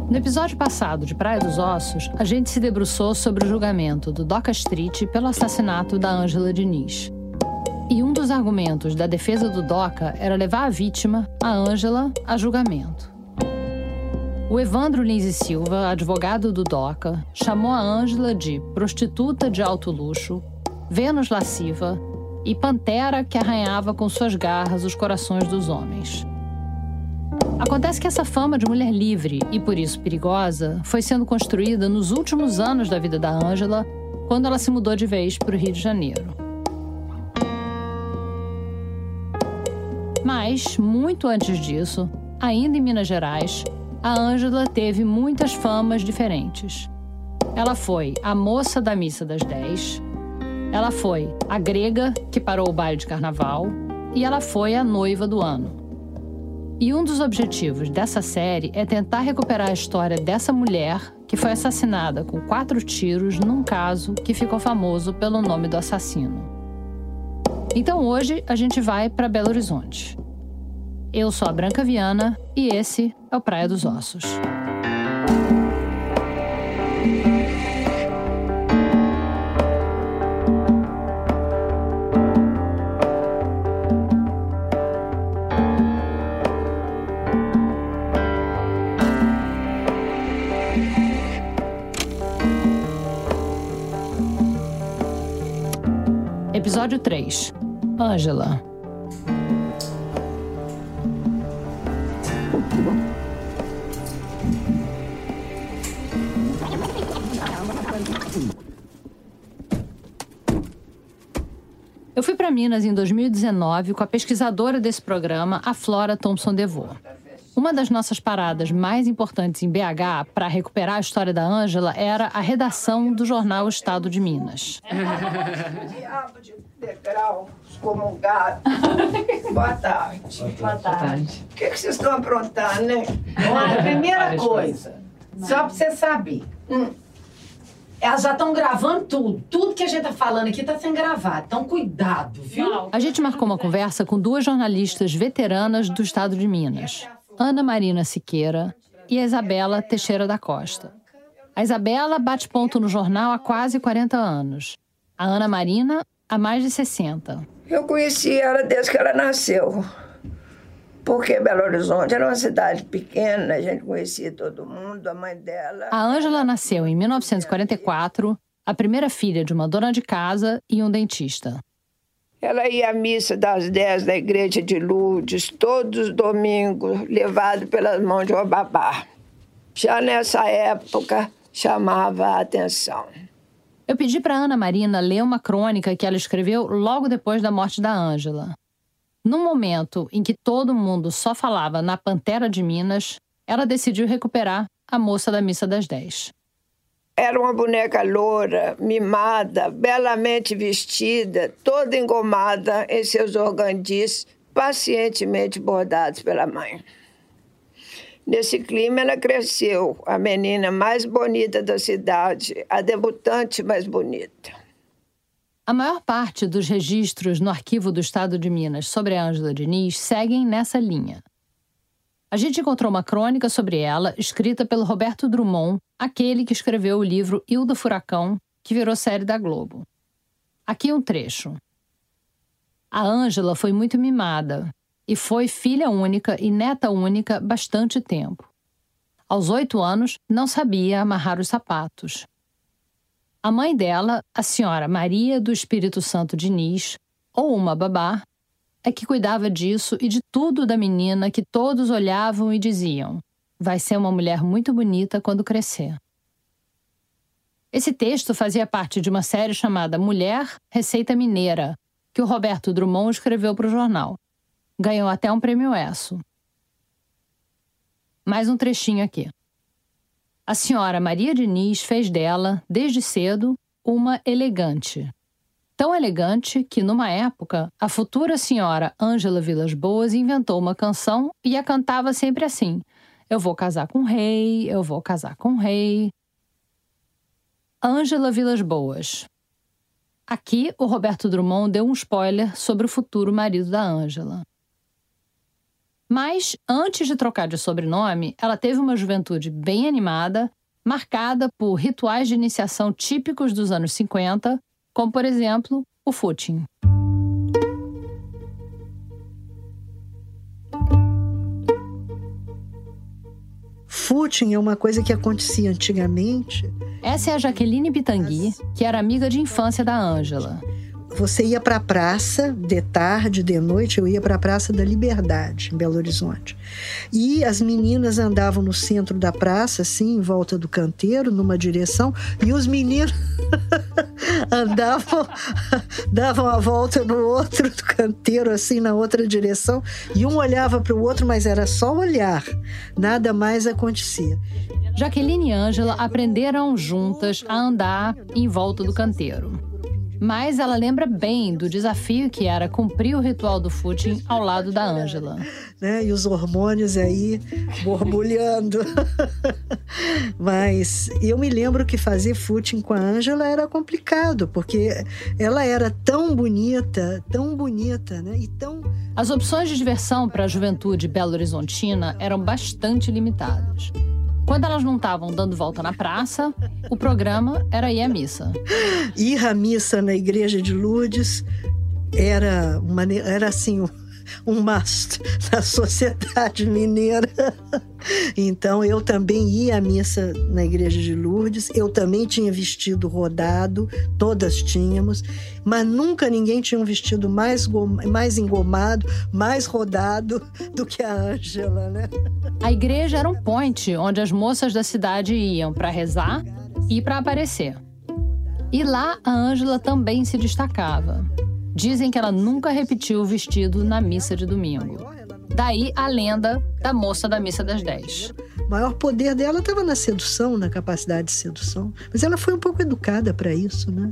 No episódio passado de Praia dos Ossos, a gente se debruçou sobre o julgamento do Doca Street pelo assassinato da Ângela Diniz. E um dos argumentos da defesa do Doca era levar a vítima, a Ângela, a julgamento. O Evandro Lins e Silva, advogado do Doca, chamou a Ângela de prostituta de alto luxo, Vênus lasciva e pantera que arranhava com suas garras os corações dos homens. Acontece que essa fama de mulher livre e por isso perigosa foi sendo construída nos últimos anos da vida da Ângela, quando ela se mudou de vez para o Rio de Janeiro. Mas, muito antes disso, ainda em Minas Gerais, a Ângela teve muitas famas diferentes. Ela foi a moça da missa das 10, ela foi a grega que parou o baile de carnaval e ela foi a noiva do ano. E um dos objetivos dessa série é tentar recuperar a história dessa mulher que foi assassinada com 4 tiros num caso que ficou famoso pelo nome do assassino. Então hoje a gente vai para Belo Horizonte. Eu sou a Branca Viana e esse é o Praia dos Ossos. Episódio 3. Ângela. Eu fui para Minas em 2019 com a pesquisadora desse programa, a Flora Thompson DeVoe. Uma das nossas paradas mais importantes em BH para recuperar a história da Ângela era a redação do jornal Estado de Minas. Diabo de degrau, excomungado. Boa tarde. Boa tarde. O que vocês estão aprontando, né? Olha, primeira coisa, só pra você saber. Elas já estão gravando tudo. Tudo que a gente tá falando aqui tá sendo gravado. Então, cuidado, viu? A gente marcou uma conversa com 2 jornalistas veteranas do Estado de Minas, Ana Marina Siqueira e a Isabela Teixeira da Costa. A Isabela bate ponto no jornal há quase 40 anos. A Ana Marina, há mais de 60. Eu conheci ela desde que ela nasceu. Porque Belo Horizonte era uma cidade pequena, a gente conhecia todo mundo, a mãe dela... A Ângela nasceu em 1944, a primeira filha de uma dona de casa e um dentista. Ela ia à missa das 10 da igreja de Lourdes, todos os domingos, levado pelas mãos de uma babá. Já nessa época, chamava a atenção. Eu pedi para Ana Marina ler uma crônica que ela escreveu logo depois da morte da Ângela. Num momento em que todo mundo só falava na Pantera de Minas, ela decidiu recuperar a moça da missa das 10. Era uma boneca loura, mimada, belamente vestida, toda engomada em seus organdis, pacientemente bordados pela mãe. Nesse clima, ela cresceu, a menina mais bonita da cidade, a debutante mais bonita. A maior parte dos registros no arquivo do Estado de Minas sobre a Ângela Diniz seguem nessa linha. A gente encontrou uma crônica sobre ela, escrita pelo Roberto Drummond, aquele que escreveu o livro Hilda Furacão, que virou série da Globo. Aqui um trecho. A Ângela foi muito mimada e foi filha única e neta única bastante tempo. Aos 8 anos, não sabia amarrar os sapatos. A mãe dela, a senhora Maria do Espírito Santo Diniz, ou uma babá, é que cuidava disso e de tudo da menina que todos olhavam e diziam: vai ser uma mulher muito bonita quando crescer. Esse texto fazia parte de uma série chamada Mulher, Receita Mineira, que o Roberto Drummond escreveu para o jornal. Ganhou até um prêmio ESSO. Mais um trechinho aqui. A senhora Maria Diniz fez dela, desde cedo, uma elegante. Tão elegante que, numa época, a futura senhora Ângela Vilas Boas inventou uma canção e a cantava sempre assim: eu vou casar com o rei, eu vou casar com o rei. Ângela Vilas Boas. Aqui, o Roberto Drummond deu um spoiler sobre o futuro marido da Ângela. Mas, antes de trocar de sobrenome, ela teve uma juventude bem animada, marcada por rituais de iniciação típicos dos anos 50, como, por exemplo, o footing. Footing é uma coisa que acontecia antigamente. Essa é a Jaqueline Pitangui, que era amiga de infância da Ângela. Você ia para a praça, de tarde, de noite, eu ia para a Praça da Liberdade, em Belo Horizonte. E as meninas andavam no centro da praça, assim, em volta do canteiro, numa direção, e os meninos davam a volta no outro do canteiro, assim, na outra direção, e um olhava para o outro, mas era só olhar, nada mais acontecia. Jaqueline e Ângela aprenderam juntas a andar em volta do canteiro. Mas ela lembra bem do desafio que era cumprir o ritual do footing ao lado da Ângela. Né? E os hormônios aí borbulhando. Mas eu me lembro que fazer footing com a Ângela era complicado, porque ela era tão bonita, né? E tão... As opções de diversão para a juventude belo-horizontina eram bastante limitadas. Quando elas não estavam dando volta na praça, o programa era ir à missa. Ir à missa na igreja de Lourdes era assim, um must na sociedade mineira. Então, eu também ia à missa na igreja de Lourdes. Eu também tinha vestido rodado, todas tínhamos. Mas nunca ninguém tinha um vestido mais engomado, mais rodado do que a Ângela, né? A igreja era um point onde as moças da cidade iam para rezar e para aparecer. E lá a Ângela também se destacava. Dizem que ela nunca repetiu o vestido na missa de domingo. Daí a lenda da moça da missa das 10. O maior poder dela estava na sedução, na capacidade de sedução. Mas ela foi um pouco educada para isso, né?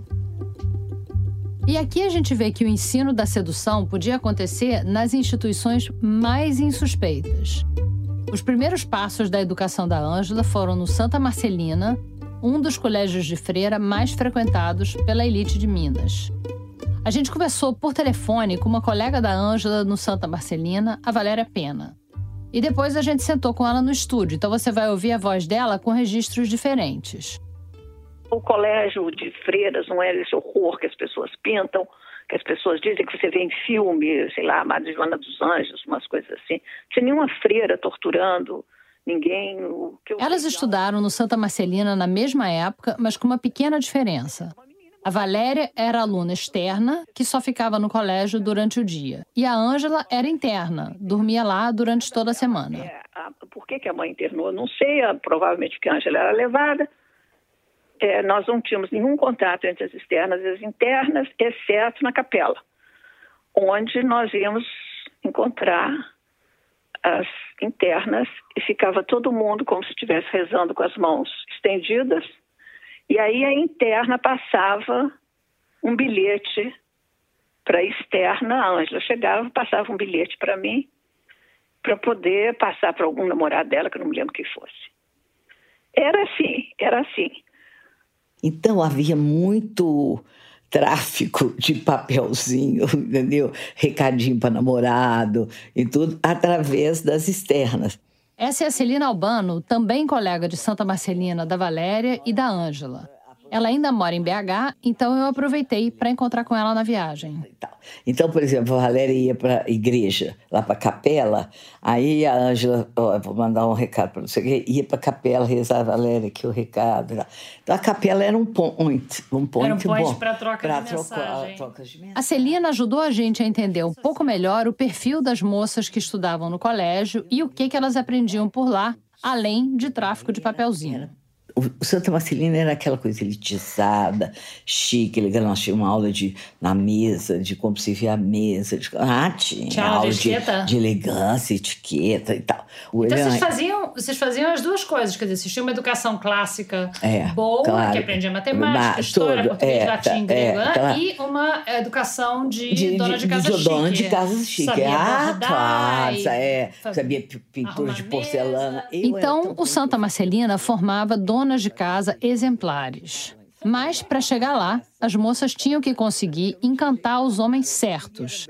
E aqui a gente vê que o ensino da sedução podia acontecer nas instituições mais insuspeitas. Os primeiros passos da educação da Ângela foram no Santa Marcelina, um dos colégios de freira mais frequentados pela elite de Minas. A gente conversou por telefone com uma colega da Ângela no Santa Marcelina, a Valéria Pena. E depois a gente sentou com ela no estúdio, então você vai ouvir a voz dela com registros diferentes. O colégio de freiras não é esse horror que as pessoas pintam, que as pessoas dizem que você vê em filme, sei lá, Madre Joana dos Anjos, umas coisas assim. Sem nenhuma freira torturando ninguém. Elas estudaram no Santa Marcelina na mesma época, mas com uma pequena diferença. A Valéria era aluna externa, que só ficava no colégio durante o dia. E a Ângela era interna, dormia lá durante toda a semana. Por que a mãe internou? Eu não sei, provavelmente porque a Ângela era levada. Nós não tínhamos nenhum contato entre as externas e as internas, exceto na capela, onde nós íamos encontrar as internas e ficava todo mundo como se estivesse rezando com as mãos estendidas. E aí a interna passava um bilhete para a externa. A Ângela chegava, passava um bilhete para mim, para poder passar para algum namorado dela, que eu não me lembro quem fosse. Era assim. Então havia muito tráfico de papelzinho, entendeu? Recadinho para namorado e tudo, através das externas. Essa é a Celina Albano, também colega de Santa Marcelina, da Valéria e da Ângela. Ela ainda mora em BH, então eu aproveitei para encontrar com ela na viagem. Então, por exemplo, a Valéria ia para a igreja, lá para a capela, aí a Ângela, vou mandar um recado para você, ia para a capela rezar, Valéria, aqui o recado. Então, a capela era um point era um point bom para troca de mensagem. A Celina ajudou a gente a entender um pouco melhor o perfil das moças que estudavam no colégio e o que elas aprendiam por lá, além de tráfico de papelzinho. O Santa Marcelina era aquela coisa elitizada, chique, legal. Nós tínhamos uma aula na mesa, de como se via a mesa. Tinha aula de elegância, etiqueta e tal. Então vocês faziam as duas coisas, quer dizer, vocês tinham uma educação clássica boa, claro, que aprendia matemática, história, português, latim, grego, e uma educação de dona de casa chique. Dona de casa chique. Sabia bordar, sabia pintura de porcelana. Então, o Santa Marcelina formava donas de casa exemplares. Mas, para chegar lá, as moças tinham que conseguir encantar os homens certos.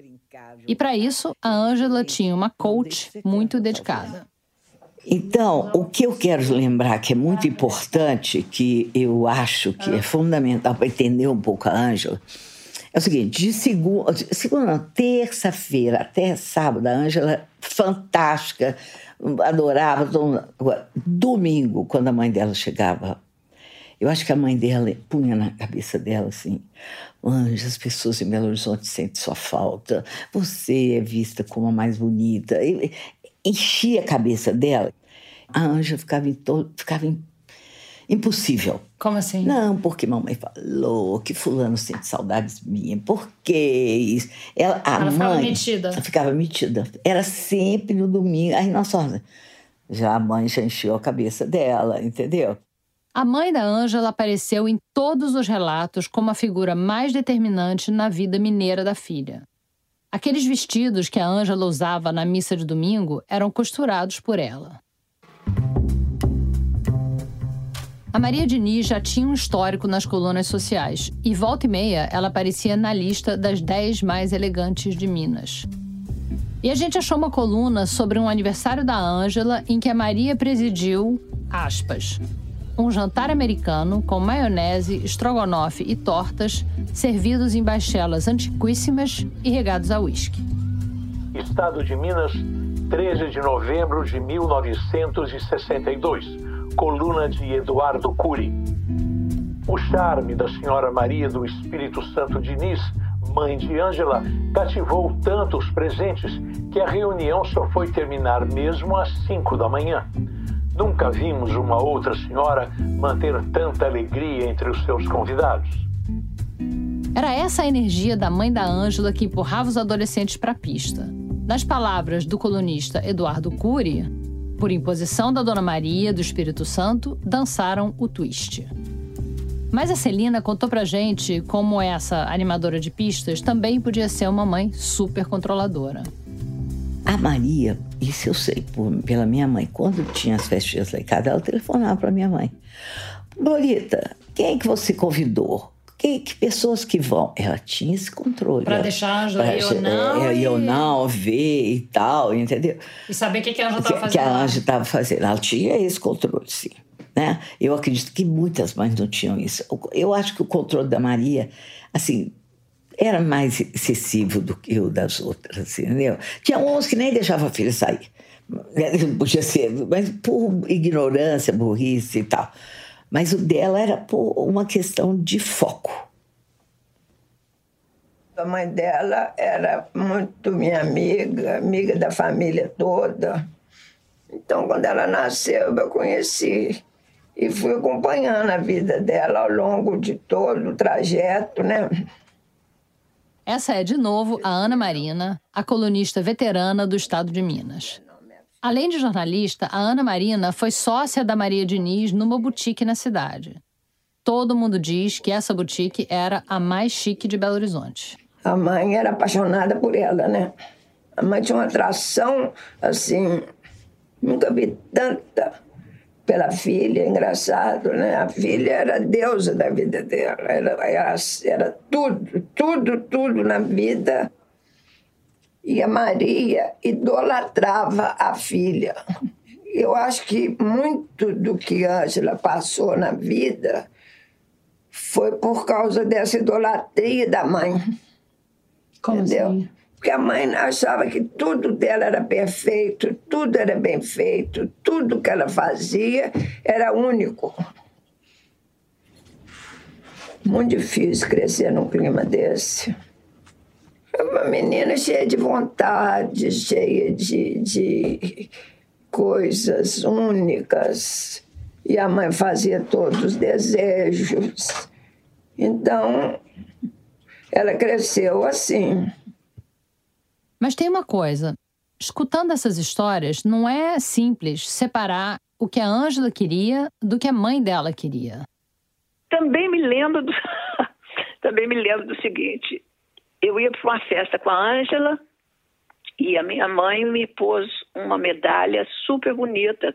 E para isso, a Ângela tinha uma coach muito dedicada. Então, o que eu quero lembrar que é muito importante, que eu acho que é fundamental para entender um pouco a Ângela, é o seguinte: de segunda, terça-feira até sábado, a Ângela, fantástica, adorava. Domingo, quando a mãe dela chegava, eu acho que a mãe dela punha na cabeça dela assim: Ângela, as pessoas em Belo Horizonte sentem sua falta, você é vista como a mais bonita. Enchia a cabeça dela. A Ângela ficava impossível. Como assim? Não, porque mamãe falou que fulano sente saudades minhas. Por quê? Isso. Ela ficava metida. Ficava metida. Era sempre no domingo. Aí, nossa, já a mãe já encheu a cabeça dela, entendeu? A mãe da Ângela apareceu em todos os relatos como a figura mais determinante na vida mineira da filha. Aqueles vestidos que a Ângela usava na missa de domingo eram costurados por ela. A Maria Diniz já tinha um histórico nas colunas sociais e, volta e meia, ela aparecia na lista das 10 mais elegantes de Minas. E a gente achou uma coluna sobre um aniversário da Ângela em que a Maria presidiu, aspas, um jantar americano com maionese, estrogonofe e tortas, servidos em bachelas antiquíssimas e regados a uísque. Estado de Minas, 13 de novembro de 1962. Coluna de Eduardo Cury. O charme da senhora Maria do Espírito Santo Diniz, mãe de Ângela, cativou tanto os presentes que a reunião só foi terminar mesmo às 5 da manhã. Nunca vimos uma outra senhora manter tanta alegria entre os seus convidados. Era essa a energia da mãe da Ângela que empurrava os adolescentes para a pista. Nas palavras do colunista Eduardo Cury, por imposição da Dona Maria do Espírito Santo, dançaram o twist. Mas a Celina contou pra gente como essa animadora de pistas também podia ser uma mãe super controladora. A Maria, isso eu sei pela minha mãe, quando tinha as festinhas lá em casa, ela telefonava pra minha mãe. Lolita, quem é que você convidou? Que pessoas que vão? Ela tinha esse controle. Pra deixar a Ângela eu não ver e tal, entendeu? E saber o que a Ângela estava fazendo. Que a Ângela estava fazendo. Ela tinha esse controle, sim. Né? Eu acredito que muitas mães não tinham isso. Eu acho que o controle da Maria, assim, era mais excessivo do que o das outras, assim, entendeu? Tinha uns que nem deixavam a filha sair. Podia ser, mas por ignorância, burrice e tal. Mas o dela era por uma questão de foco. A mãe dela era muito minha amiga da família toda. Então, quando ela nasceu, eu conheci e fui acompanhando a vida dela ao longo de todo o trajeto, né? Essa é, de novo, a Ana Marina, a colunista veterana do estado de Minas. Além de jornalista, a Ana Marina foi sócia da Maria Diniz numa boutique na cidade. Todo mundo diz que essa boutique era a mais chique de Belo Horizonte. A mãe era apaixonada por ela, né? A mãe tinha uma atração, assim, nunca vi tanta pela filha, engraçado, né? A filha era a deusa da vida dela, era tudo na vida. E a Maria idolatrava a filha. Eu acho que muito do que a Ângela passou na vida foi por causa dessa idolatria da mãe. Como entendeu? Assim? Porque a mãe achava que tudo dela era perfeito, tudo era bem feito, tudo que ela fazia era único. Muito difícil crescer num clima desse. Uma menina cheia de vontade, cheia de coisas únicas. E a mãe fazia todos os desejos. Então, ela cresceu assim. Mas tem uma coisa. Escutando essas histórias, não é simples separar o que a Ângela queria do que a mãe dela queria. Também me lembro do seguinte. Eu ia para uma festa com a Ângela e a minha mãe me pôs uma medalha super bonita.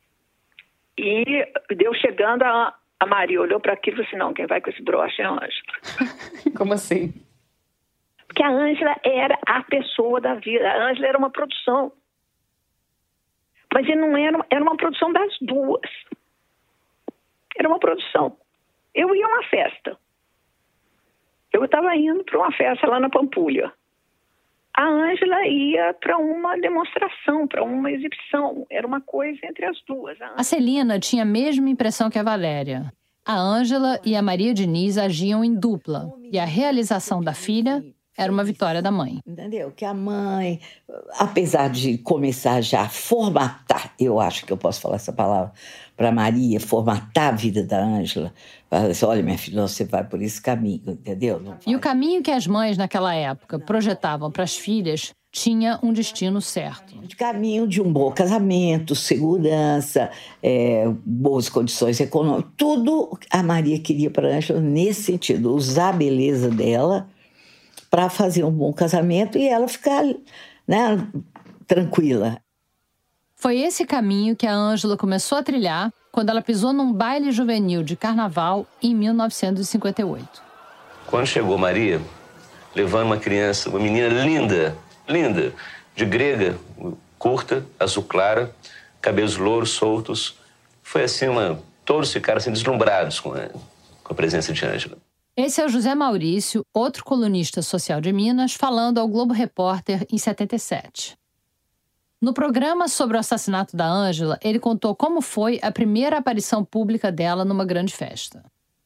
E deu chegando, a Maria olhou para aquilo e falou assim, não, quem vai com esse broche é a Ângela. Como assim? que a Ângela era a pessoa da vida. A Ângela era uma produção. Mas ele não era uma produção das duas. Era uma produção. Eu ia a uma festa. Eu estava indo para uma festa lá na Pampulha. A Ângela ia para uma demonstração, para uma exibição. Era uma coisa entre as duas. A Celina tinha a mesma impressão que a Valéria. A Ângela e a Maria Diniz agiam em dupla. E a realização da filha era uma vitória da mãe. Entendeu? Que a mãe, apesar de começar já a formatar, eu acho que eu posso falar essa palavra, para Maria, formatar a vida da Ângela. Ela disse, olha, minha filha, você vai por esse caminho, entendeu? E o caminho que as mães naquela época projetavam para as filhas tinha um destino certo. O caminho de um bom casamento, segurança, boas condições econômicas, tudo a Maria queria para a Ângela nesse sentido, usar a beleza dela para fazer um bom casamento e ela ficar, né, tranquila. Foi esse caminho que a Ângela começou a trilhar quando ela pisou num baile juvenil de carnaval em 1958. Quando chegou Maria, levando uma criança, uma menina linda, de grega, curta, azul clara, cabelos louros, soltos. Foi assim, todos ficaram assim, deslumbrados com a presença de Ângela. Esse é o José Maurício, outro colunista social de Minas, falando ao Globo Repórter em 77. No programa sobre o assassinato da Ângela, ele contou como foi a primeira aparição pública dela numa grande festa.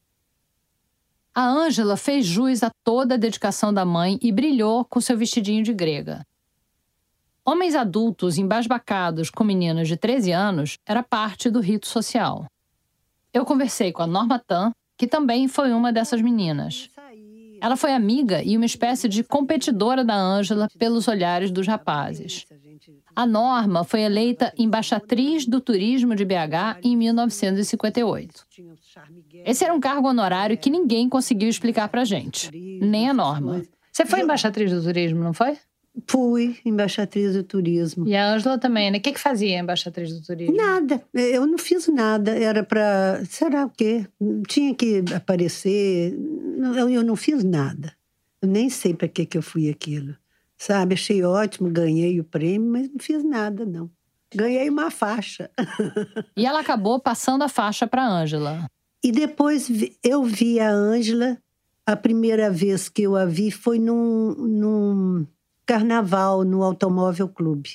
A Ângela fez jus a toda a dedicação da mãe e brilhou com seu vestidinho de grega. Homens adultos embasbacados com meninas de 13 anos era parte do rito social. Eu conversei com a Norma Tan, que também foi uma dessas meninas. Ela foi amiga e uma espécie de competidora da Ângela pelos olhares dos rapazes. A Norma foi eleita embaixatriz do turismo de BH em 1958. Esse era um cargo honorário que ninguém conseguiu explicar pra gente, nem a Norma. Você foi embaixatriz do turismo, não foi? Fui embaixatriz do turismo. E a Ângela também, né? O que fazia a embaixatriz do turismo? Nada. Eu não fiz nada. Era para... Será o quê? Tinha que aparecer. Eu não fiz nada. Eu nem sei para que eu fui aquilo. Sabe? Achei ótimo, ganhei o prêmio, mas não fiz nada, não. Ganhei uma faixa. E ela acabou passando a faixa para a Ângela. E depois eu vi a Ângela. A primeira vez que eu a vi foi num carnaval no Automóvel Clube.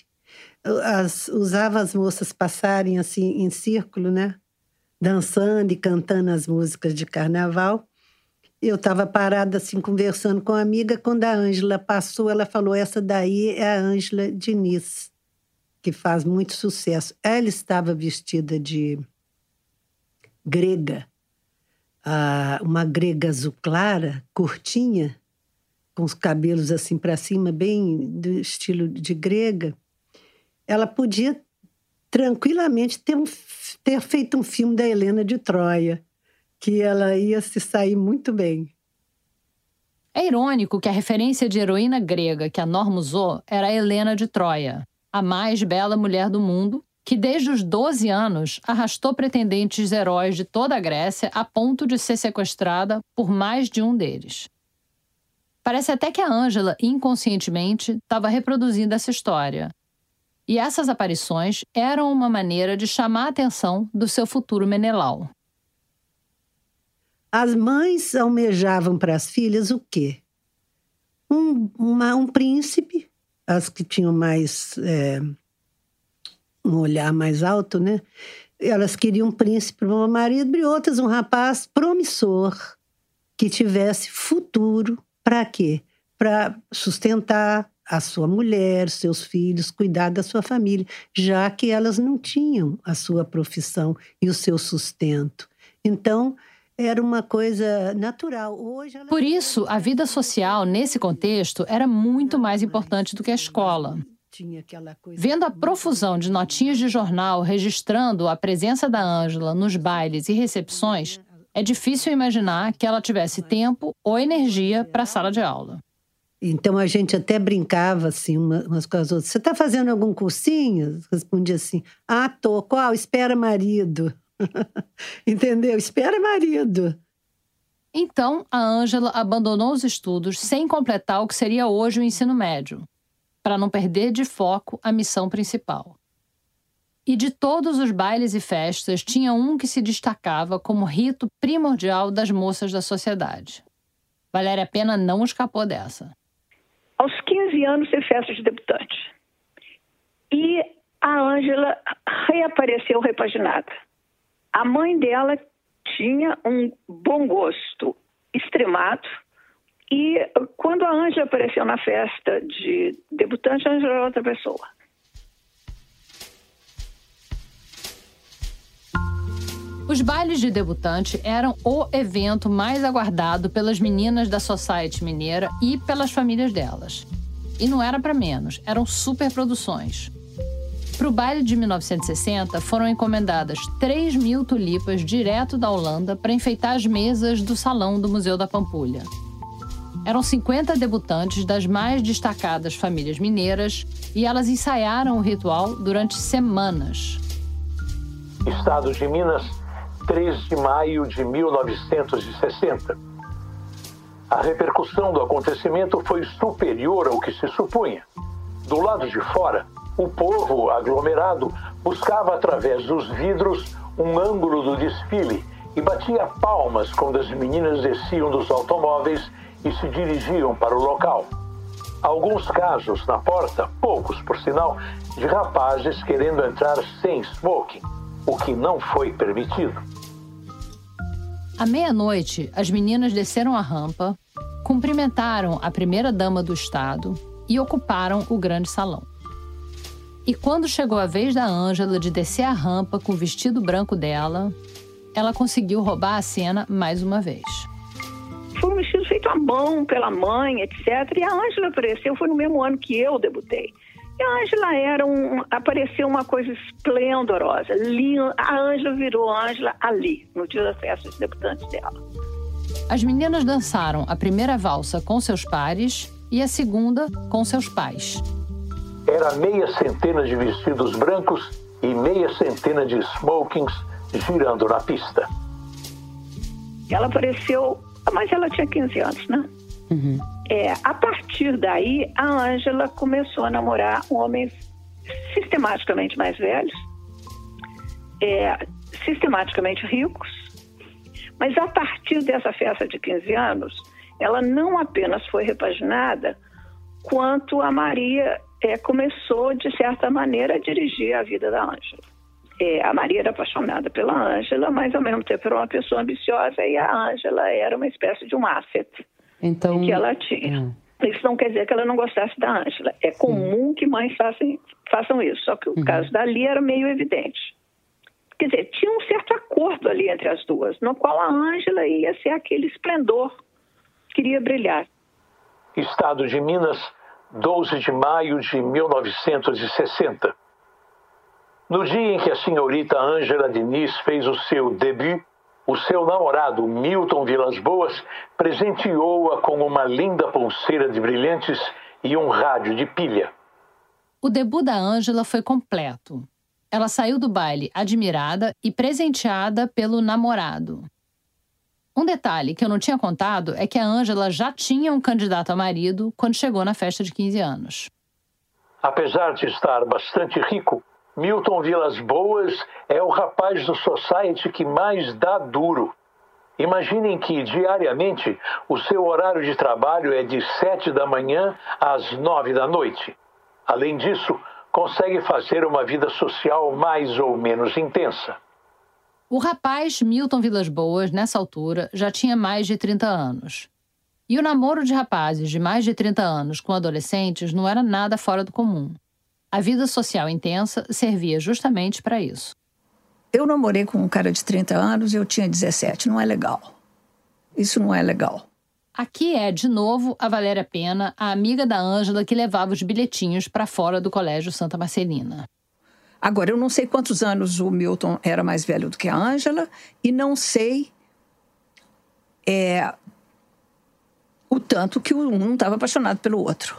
Usava as moças passarem assim em círculo, né? Dançando e cantando as músicas de carnaval. Eu estava parada assim conversando com uma amiga. Quando a Ângela passou, ela falou, essa daí é a Ângela Diniz, que faz muito sucesso. Ela estava vestida de grega, uma grega azul clara, curtinha, com os cabelos assim para cima, bem do estilo de grega. Ela podia tranquilamente ter feito um filme da Helena de Troia, que ela ia se sair muito bem. É irônico que a referência de heroína grega que a Norma usou era a Helena de Troia, a mais bela mulher do mundo, que desde os 12 anos arrastou pretendentes heróis de toda a Grécia a ponto de ser sequestrada por mais de um deles. Parece até que a Ângela, inconscientemente, estava reproduzindo essa história. E essas aparições eram uma maneira de chamar a atenção do seu futuro Menelau. As mães almejavam para as filhas o quê? Um príncipe, as que tinham mais um olhar mais alto, né? Elas queriam um príncipe para o marido, e outras um rapaz promissor, que tivesse futuro. Para quê? Para sustentar a sua mulher, seus filhos, cuidar da sua família, já que elas não tinham a sua profissão e o seu sustento. Então, era uma coisa natural. Hoje Por isso, a vida social, nesse contexto, era muito mais importante do que a escola. Vendo a profusão de notinhas de jornal registrando a presença da Ângela nos bailes e recepções, é difícil imaginar que ela tivesse tempo ou energia para a sala de aula. Então, a gente até brincava, assim, umas com as outras. Você está fazendo algum cursinho? Respondia assim, tô. Qual? Espera marido. Entendeu? Espera marido. Então, a Ângela abandonou os estudos sem completar o que seria hoje o ensino médio, para não perder de foco a missão principal. E de todos os bailes e festas, tinha um que se destacava como rito primordial das moças da sociedade. Valéria Pena não escapou dessa. Aos 15 anos, teve festa de debutante. E a Ângela reapareceu repaginada. A mãe dela tinha um bom gosto extremado. E quando a Ângela apareceu na festa de debutante, a Ângela era outra pessoa. Os bailes de debutante eram o evento mais aguardado pelas meninas da Society mineira e pelas famílias delas. E não era para menos, eram superproduções. Para o baile de 1960, foram encomendadas 3.000 tulipas direto da Holanda para enfeitar as mesas do salão do Museu da Pampulha. Eram 50 debutantes das mais destacadas famílias mineiras e elas ensaiaram o ritual durante semanas. Estado de Minas, 3 de maio de 1960. A repercussão do acontecimento foi superior ao que se supunha. Do lado de fora, o povo aglomerado buscava através dos vidros um ângulo do desfile e batia palmas quando as meninas desciam dos automóveis e se dirigiam para o local. Alguns casos na porta, poucos por sinal, de rapazes querendo entrar sem smoking, o que não foi permitido. À meia-noite, as meninas desceram a rampa, cumprimentaram a primeira-dama do Estado e ocuparam o grande salão. E quando chegou a vez da Ângela de descer a rampa com o vestido branco dela, ela conseguiu roubar a cena mais uma vez. Foi um vestido feito à mão, pela mãe, etc. E a Ângela apareceu, foi no mesmo ano que eu debutei. E a Ângela apareceu uma coisa esplendorosa, linda. A Ângela virou a Ângela ali, no dia da festa de debutantes dela. As meninas dançaram a primeira valsa com seus pares e a segunda com seus pais. Era meia centena de vestidos brancos e meia centena de smokings girando na pista. Ela apareceu, mas ela tinha 15 anos, né? Uhum. A partir daí, a Ângela começou a namorar homens sistematicamente mais velhos, sistematicamente ricos, mas a partir dessa festa de 15 anos, ela não apenas foi repaginada, quanto a Maria começou, de certa maneira, a dirigir a vida da Ângela. A Maria era apaixonada pela Ângela, mas ao mesmo tempo era uma pessoa ambiciosa e a Ângela era uma espécie de um asset que ela tinha. Isso não quer dizer que ela não gostasse da Ângela. É comum que mães façam isso, só que o caso dali era meio evidente. Quer dizer, tinha um certo acordo ali entre as duas, no qual a Ângela ia ser aquele esplendor, queria brilhar. Estado de Minas, 12 de maio de 1960. No dia em que a senhorita Ângela Diniz fez o seu debut, o seu namorado, Milton Vilas Boas, presenteou-a com uma linda pulseira de brilhantes e um rádio de pilha. O debut da Ângela foi completo. Ela saiu do baile admirada e presenteada pelo namorado. Um detalhe que eu não tinha contado é que a Ângela já tinha um candidato a marido quando chegou na festa de 15 anos. Apesar de estar bastante rico, Milton Vilas Boas é o rapaz do Society que mais dá duro. Imaginem que, diariamente, o seu horário de trabalho é de 7 da manhã às 9 da noite. Além disso, consegue fazer uma vida social mais ou menos intensa. O rapaz Milton Vilas Boas, nessa altura, já tinha mais de 30 anos. E o namoro de rapazes de mais de 30 anos com adolescentes não era nada fora do comum. A vida social intensa servia justamente para isso. Eu namorei com um cara de 30 anos e eu tinha 17. Não é legal. Isso não é legal. Aqui é, de novo, a Valéria Pena, a amiga da Ângela que levava os bilhetinhos para fora do Colégio Santa Marcelina. Agora, eu não sei quantos anos o Milton era mais velho do que a Ângela e não sei o tanto que um estava apaixonado pelo outro.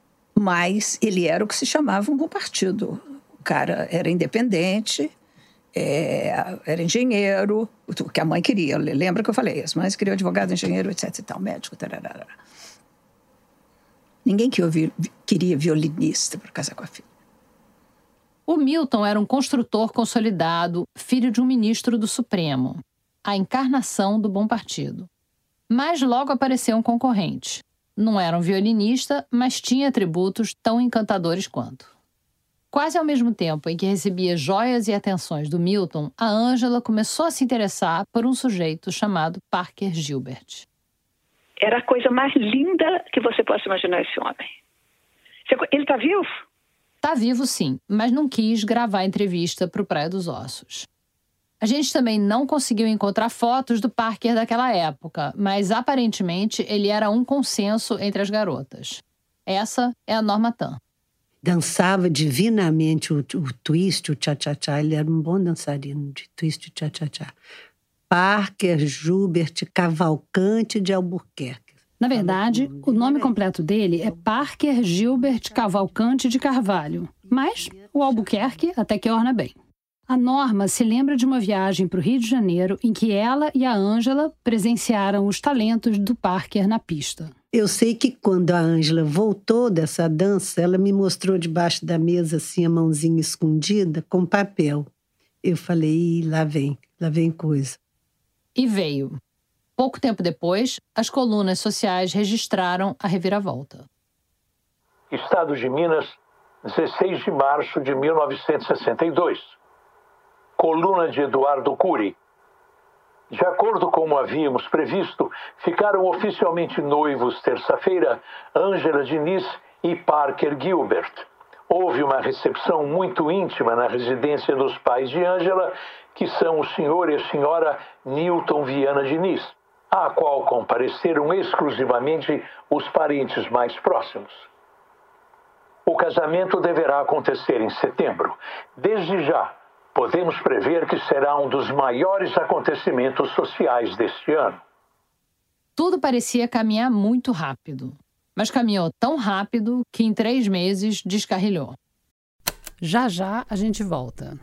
Mas ele era o que se chamava um bom partido. O cara era independente, era engenheiro, o que a mãe queria. Lembra que eu falei? As mães queriam advogado, engenheiro, etc. E tal, médico, tararara. Ninguém queria violinista para casar com a filha. O Milton era um construtor consolidado, filho de um ministro do Supremo, a encarnação do bom partido. Mas logo apareceu um concorrente. Não era um violinista, mas tinha atributos tão encantadores quanto. Quase ao mesmo tempo em que recebia joias e atenções do Milton, a Ângela começou a se interessar por um sujeito chamado Parker Gilbert. Era a coisa mais linda que você possa imaginar esse homem. Ele está vivo? Está vivo, sim, mas não quis gravar a entrevista para o Praia dos Ossos. A gente também não conseguiu encontrar fotos do Parker daquela época, mas aparentemente ele era um consenso entre as garotas. Essa é a Norma Tan. Dançava divinamente o twist, o tcha-tcha-tcha. Ele era um bom dançarino de twist e tcha-tcha-tcha. Parker Gilbert Cavalcante de Albuquerque. Na verdade, o nome completo dele é Parker Gilbert Cavalcante de Carvalho. Mas o Albuquerque até que orna bem. A Norma se lembra de uma viagem para o Rio de Janeiro em que ela e a Ângela presenciaram os talentos do Parker na pista. Eu sei que quando a Ângela voltou dessa dança, ela me mostrou debaixo da mesa assim a mãozinha escondida com papel. Eu falei, lá vem coisa. E veio. Pouco tempo depois, as colunas sociais registraram a reviravolta. Estado de Minas, 16 de março de 1962. Coluna de Eduardo Cury. De acordo com como havíamos previsto, ficaram oficialmente noivos terça-feira Ângela Diniz e Parker Gilbert. Houve uma recepção muito íntima na residência dos pais de Ângela, que são o senhor e a senhora Newton Viana Diniz, à qual compareceram exclusivamente os parentes mais próximos. O casamento deverá acontecer em setembro. Desde já, podemos prever que será um dos maiores acontecimentos sociais deste ano. Tudo parecia caminhar muito rápido, mas caminhou tão rápido que em 3 meses descarrilhou. Já a gente volta.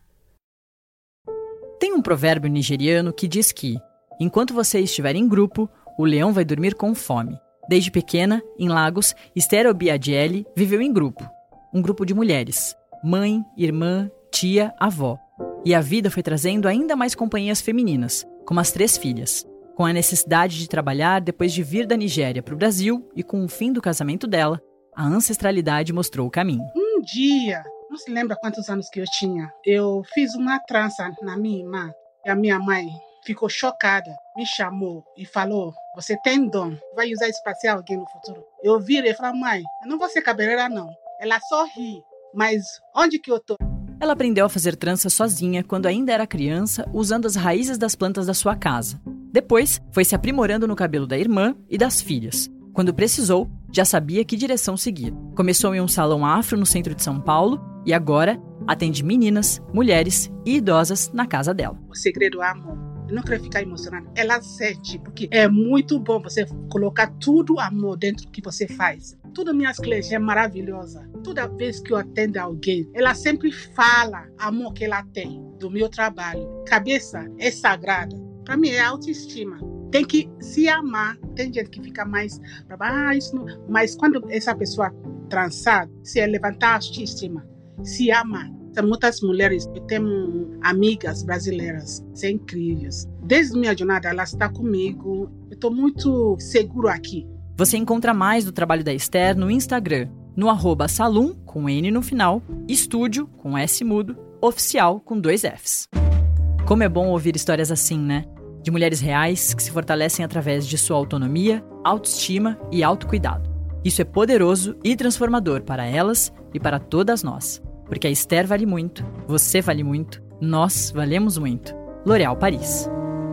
Tem um provérbio nigeriano que diz que, enquanto você estiver em grupo, o leão vai dormir com fome. Desde pequena, em Lagos, Esther Obiadiele viveu em grupo. Um grupo de mulheres. Mãe, irmã, tia, avó. E a vida foi trazendo ainda mais companhias femininas, como as 3 filhas. Com a necessidade de trabalhar depois de vir da Nigéria para o Brasil e com o fim do casamento dela, a ancestralidade mostrou o caminho. Um dia, não se lembra quantos anos que eu tinha, eu fiz uma trança na minha irmã. E a minha mãe ficou chocada, me chamou e falou, você tem dom, vai usar isso para ser alguém no futuro. Eu virei e falei, mãe, eu não vou ser cabeleireira não. Ela só ri, mas onde que eu tô? Ela aprendeu a fazer trança sozinha quando ainda era criança, usando as raízes das plantas da sua casa. Depois, foi se aprimorando no cabelo da irmã e das filhas. Quando precisou, já sabia que direção seguir. Começou em um salão afro no centro de São Paulo e agora atende meninas, mulheres e idosas na casa dela. O segredo é amor. Eu não quero ficar emocionada. Ela sente, porque é muito bom você colocar tudo amor dentro do que você faz. Todas minhas clientes é maravilhosa. Toda vez que eu atendo alguém, ela sempre fala amor que ela tem do meu trabalho. Cabeça é sagrada. Para mim é autoestima. Tem que se amar. Tem gente que fica mais isso não. Mas quando essa pessoa trançar, se é levantar a autoestima, se ama. Muitas mulheres, eu tenho amigas brasileiras, são incríveis. Desde minha jornada, ela está comigo. Eu estou muito seguro aqui. Você encontra mais do trabalho da Esther no Instagram, no @salum, com N no final, estúdio, com S mudo, oficial, com 2 Fs. Como é bom ouvir histórias assim, né? De mulheres reais que se fortalecem através de sua autonomia, autoestima e autocuidado. Isso é poderoso e transformador para elas e para todas nós. Porque a Esther vale muito, você vale muito, nós valemos muito. L'Oréal Paris.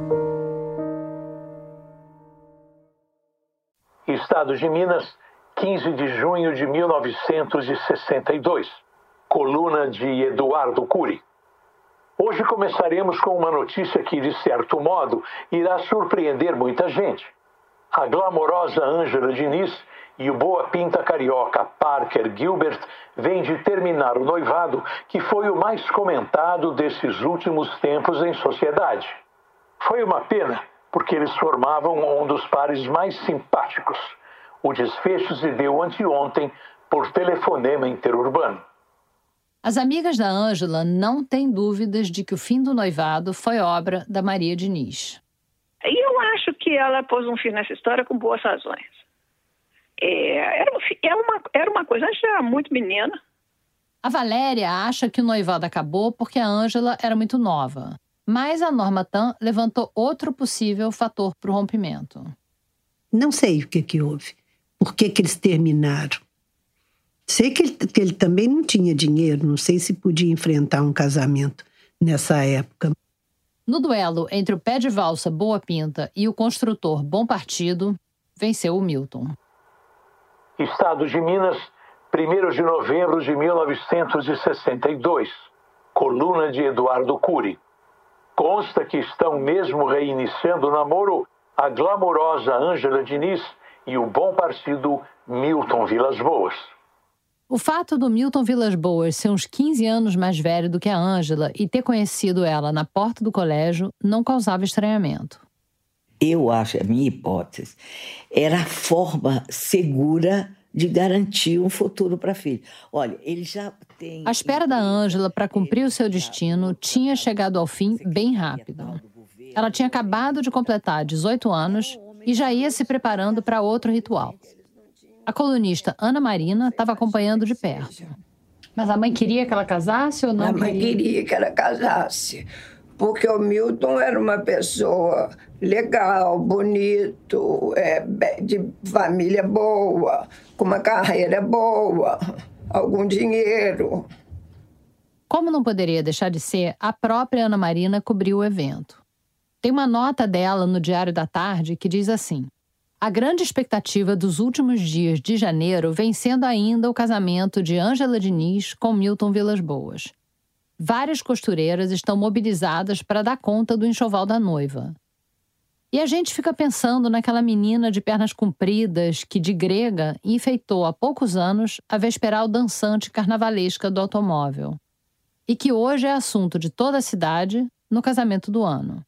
Estado de Minas, 15 de junho de 1962. Coluna de Eduardo Cury. Hoje começaremos com uma notícia que, de certo modo, irá surpreender muita gente. A glamourosa Ângela Diniz e o Boa Pinta carioca Parker Gilbert vem de terminar o noivado, que foi o mais comentado desses últimos tempos em sociedade. Foi uma pena, porque eles formavam um dos pares mais simpáticos. O desfecho se deu anteontem por telefonema interurbano. As amigas da Ângela não têm dúvidas de que o fim do noivado foi obra da Maria Diniz. E eu acho que ela pôs um fim nessa história com boas razões. Era uma coisa, a gente era muito menina. A Valéria acha que o noivado acabou porque a Ângela era muito nova. Mas a Norma Tan levantou outro possível fator para o rompimento. Não sei o que houve. Por que eles terminaram? Sei que ele também não tinha dinheiro. Não sei se podia enfrentar um casamento nessa época. No duelo entre o pé de valsa Boa Pinta e o construtor Bom Partido, venceu o Milton. Estado de Minas, 1º de novembro de 1962. Coluna de Eduardo Cury. Consta que estão mesmo reiniciando o namoro a glamourosa Ângela Diniz e o Bom Partido Milton Vilas Boas. O fato do Milton Vilas Boas ser uns 15 anos mais velho do que a Ângela e ter conhecido ela na porta do colégio não causava estranhamento. Eu acho, a minha hipótese, era a forma segura de garantir um futuro para a filha. Olha, ele já tem... A espera da Ângela para cumprir o seu destino tinha chegado ao fim bem rápido. Ela tinha acabado de completar 18 anos e já ia se preparando para outro ritual. A colunista Ana Marina estava acompanhando de perto. Mas a mãe queria que ela casasse ou não? A mãe queria que ela casasse, porque o Milton era uma pessoa legal, bonito, de família boa, com uma carreira boa, algum dinheiro. Como não poderia deixar de ser, a própria Ana Marina cobriu o evento. Tem uma nota dela no Diário da Tarde que diz assim: a grande expectativa dos últimos dias de janeiro vem sendo ainda o casamento de Ângela Diniz com Milton Vilas Boas. Várias costureiras estão mobilizadas para dar conta do enxoval da noiva. E a gente fica pensando naquela menina de pernas compridas que, de grega, enfeitou há poucos anos a vesperal dançante carnavalesca do automóvel. E que hoje é assunto de toda a cidade no casamento do ano.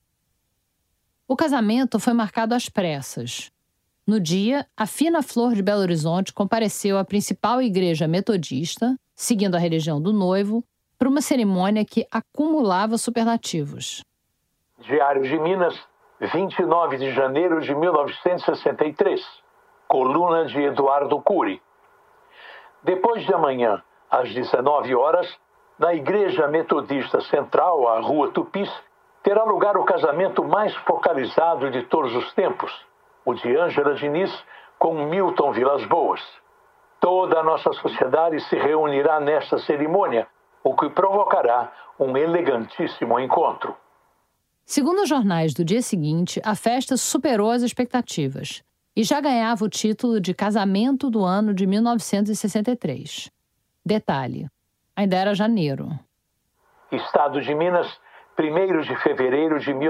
O casamento foi marcado às pressas. No dia, a Fina Flor de Belo Horizonte compareceu à principal igreja metodista, seguindo a religião do noivo, para uma cerimônia que acumulava superlativos. Diário de Minas, 29 de janeiro de 1963. Coluna de Eduardo Cury. Depois de amanhã, às 19 horas, na Igreja Metodista Central, a Rua Tupis, terá lugar o casamento mais focalizado de todos os tempos, o de Ângela Diniz com Milton Vilas Boas. Toda a nossa sociedade se reunirá nesta cerimônia, o que provocará um elegantíssimo encontro. Segundo os jornais do dia seguinte, a festa superou as expectativas e já ganhava o título de Casamento do Ano de 1963. Detalhe, ainda era janeiro. Estado de Minas, 1º de fevereiro de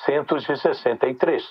1963.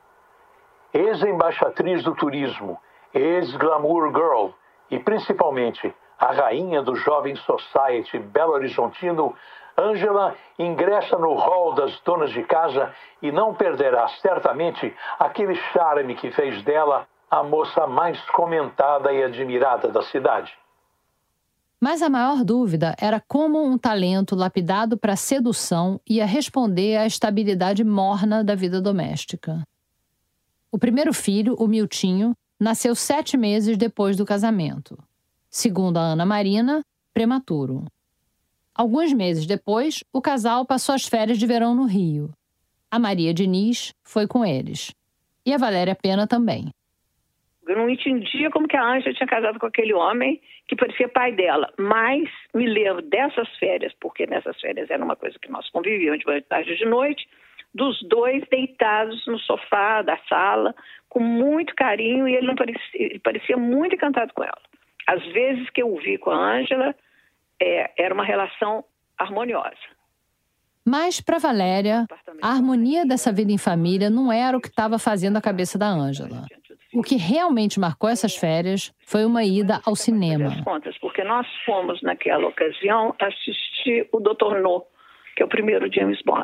Ex-embaixatriz do turismo, ex-glamour girl e, principalmente, a rainha do jovem society belo-horizontino, Ângela ingressa no hall das donas de casa e não perderá, certamente, aquele charme que fez dela a moça mais comentada e admirada da cidade. Mas a maior dúvida era como um talento lapidado para sedução ia responder à estabilidade morna da vida doméstica. O primeiro filho, o Miltinho, nasceu 7 meses depois do casamento. Segundo a Ana Marina, prematuro. Alguns meses depois, o casal passou as férias de verão no Rio. A Maria Diniz foi com eles. E a Valéria Pena também. Eu não entendia como que a Ângela tinha casado com aquele homem que parecia pai dela. Mas me lembro dessas férias, porque nessas férias era uma coisa que nós convivíamos de manhã, de tarde e de noite, dos dois deitados no sofá da sala, com muito carinho, e ele parecia muito encantado com ela. Às vezes que eu o vi com a Ângela, era uma relação harmoniosa. Mas, para Valéria, a harmonia dessa vida em família não era o que estava fazendo a cabeça da Ângela. O que realmente marcou essas férias foi uma ida ao cinema. Porque nós fomos, naquela ocasião, assistir o Dr. No, que é o primeiro James Bond.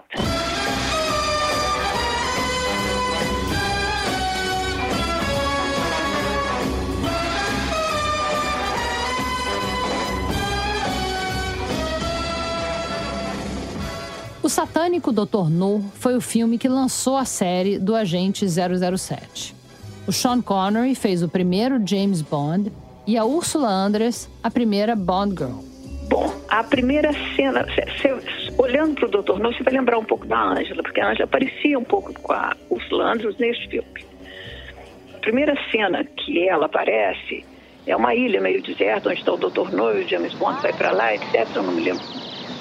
O satânico Dr. No foi o filme que lançou a série do Agente 007. O Sean Connery fez o primeiro James Bond e a Ursula Andress a primeira Bond Girl. Bom, a primeira cena, olhando para o Dr. No, você vai lembrar um pouco da Ângela, porque a Ângela parecia um pouco com a Ursula Andress nesse filme. A primeira cena que ela aparece é uma ilha meio deserta, onde está o Dr. No e o James Bond vai para lá, etc. Eu não me lembro.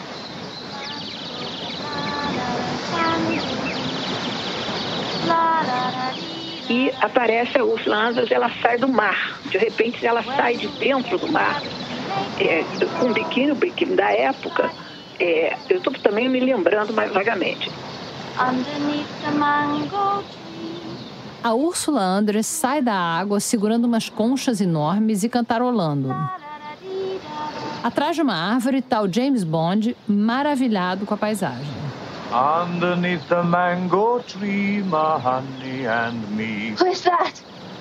E aparece a Ursula Andress, ela sai do mar. De repente, ela sai de dentro do mar, com o biquíni da época. Eu estou também me lembrando mais vagamente. A Ursula Andress sai da água segurando umas conchas enormes e cantarolando. Atrás de uma árvore está o James Bond, maravilhado com a paisagem. Underneath the mango tree, my honey and me. Who is that?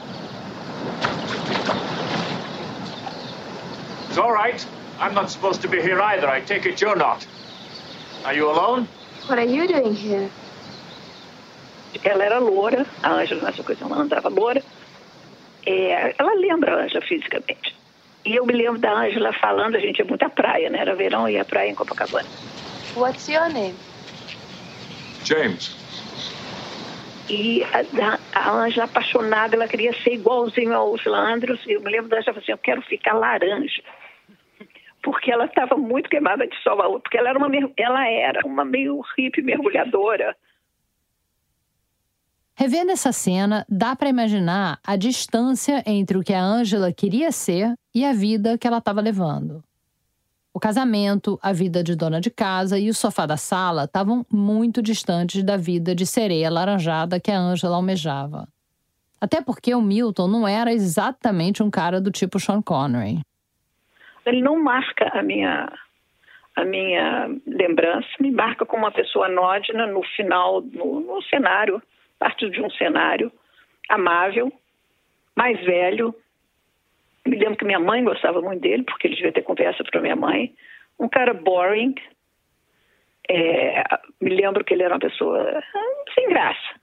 It's all right. I'm not supposed to be here either. I take it you're not. Are you alone? What are you doing here? Ela era loura, a Ângela nessa ocasião ela andava loura. Ela lembra a Ângela fisicamente. E eu me lembro da Ângela falando, a gente ia muito à praia, né? Era verão e ia à praia em Copacabana. What's your name? James. E a Ângela, apaixonada, ela queria ser igualzinho a Ursula Andress. Eu me lembro da Ângela assim, eu quero ficar laranja. Porque ela estava muito queimada de sol. Porque ela era uma meio hippie mergulhadora. Revendo essa cena, dá para imaginar a distância entre o que a Ângela queria ser e a vida que ela estava levando. O casamento, a vida de dona de casa e o sofá da sala estavam muito distantes da vida de sereia alaranjada que a Ângela almejava. Até porque o Milton não era exatamente um cara do tipo Sean Connery. Ele não marca a minha lembrança, me marca como uma pessoa anódina no final, no cenário, parte de um cenário amável, mais velho. Me lembro que minha mãe gostava muito dele, porque ele devia ter conversa para minha mãe. Um cara boring. Me lembro que ele era uma pessoa sem graça.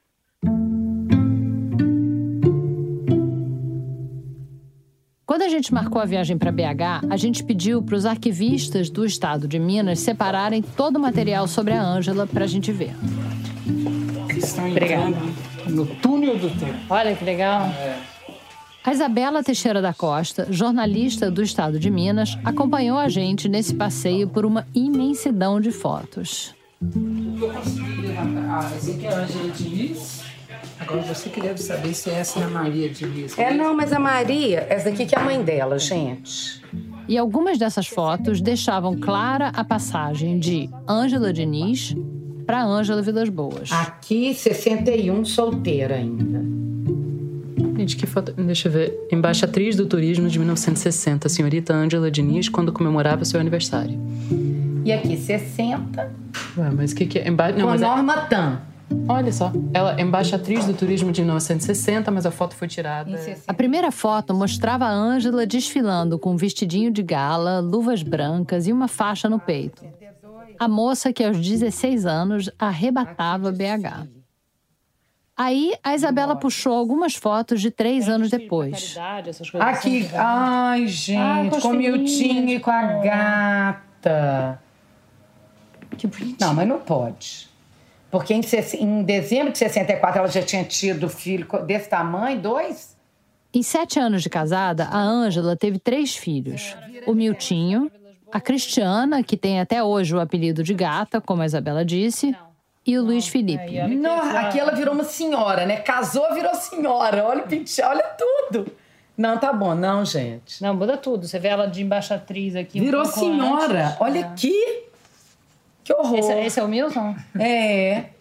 Quando a gente marcou a viagem para BH, a gente pediu para os arquivistas do estado de Minas separarem todo o material sobre a Ângela para a gente ver. Estão entrando no túnel do tempo. Olha que legal. A Isabela Teixeira da Costa, jornalista do estado de Minas, acompanhou a gente nesse passeio por uma imensidão de fotos. Eu consegui levantar. Esse aqui é a Ângela Diniz. Agora você que deve saber se essa é a Maria Diniz. Não, mas a Maria, essa daqui que é a mãe dela, gente. E algumas dessas fotos deixavam clara a passagem de Ângela Diniz para Ângela Vilas Boas. Aqui, 61, solteira ainda. Gente, que foto... Deixa eu ver. Embaixatriz do Turismo de 1960, a senhorita Ângela Diniz, quando comemorava seu aniversário. E aqui, 60. Ué, mas o que é? Não, com Norma Tan. Olha só. Ela é embaixatriz do Turismo de 1960, mas a foto foi tirada. A primeira foto mostrava a Ângela desfilando com um vestidinho de gala, luvas brancas e uma faixa no peito. A moça que aos 16 anos arrebatava BH. Aí, a Isabela puxou algumas fotos de 3 anos depois. Aqui, ai, gente, com o Miltinho e com a gata. Que bonitinho. Não, mas não pode. Porque em dezembro de 64 ela já tinha tido filho desse tamanho, 2. Em 7 anos de casada, a Ângela teve 3 filhos. O Miltinho, a Cristiana, que tem até hoje o apelido de gata, como a Isabela disse, e o Luiz Felipe. Aqui ela virou uma senhora, né? Casou, virou senhora. Olha o pintinho, olha tudo. Não, tá bom, não, gente. Não, muda tudo. Você vê ela de embaixatriz aqui. Virou senhora. Olha aqui. Que horror. Esse é o Milton? É.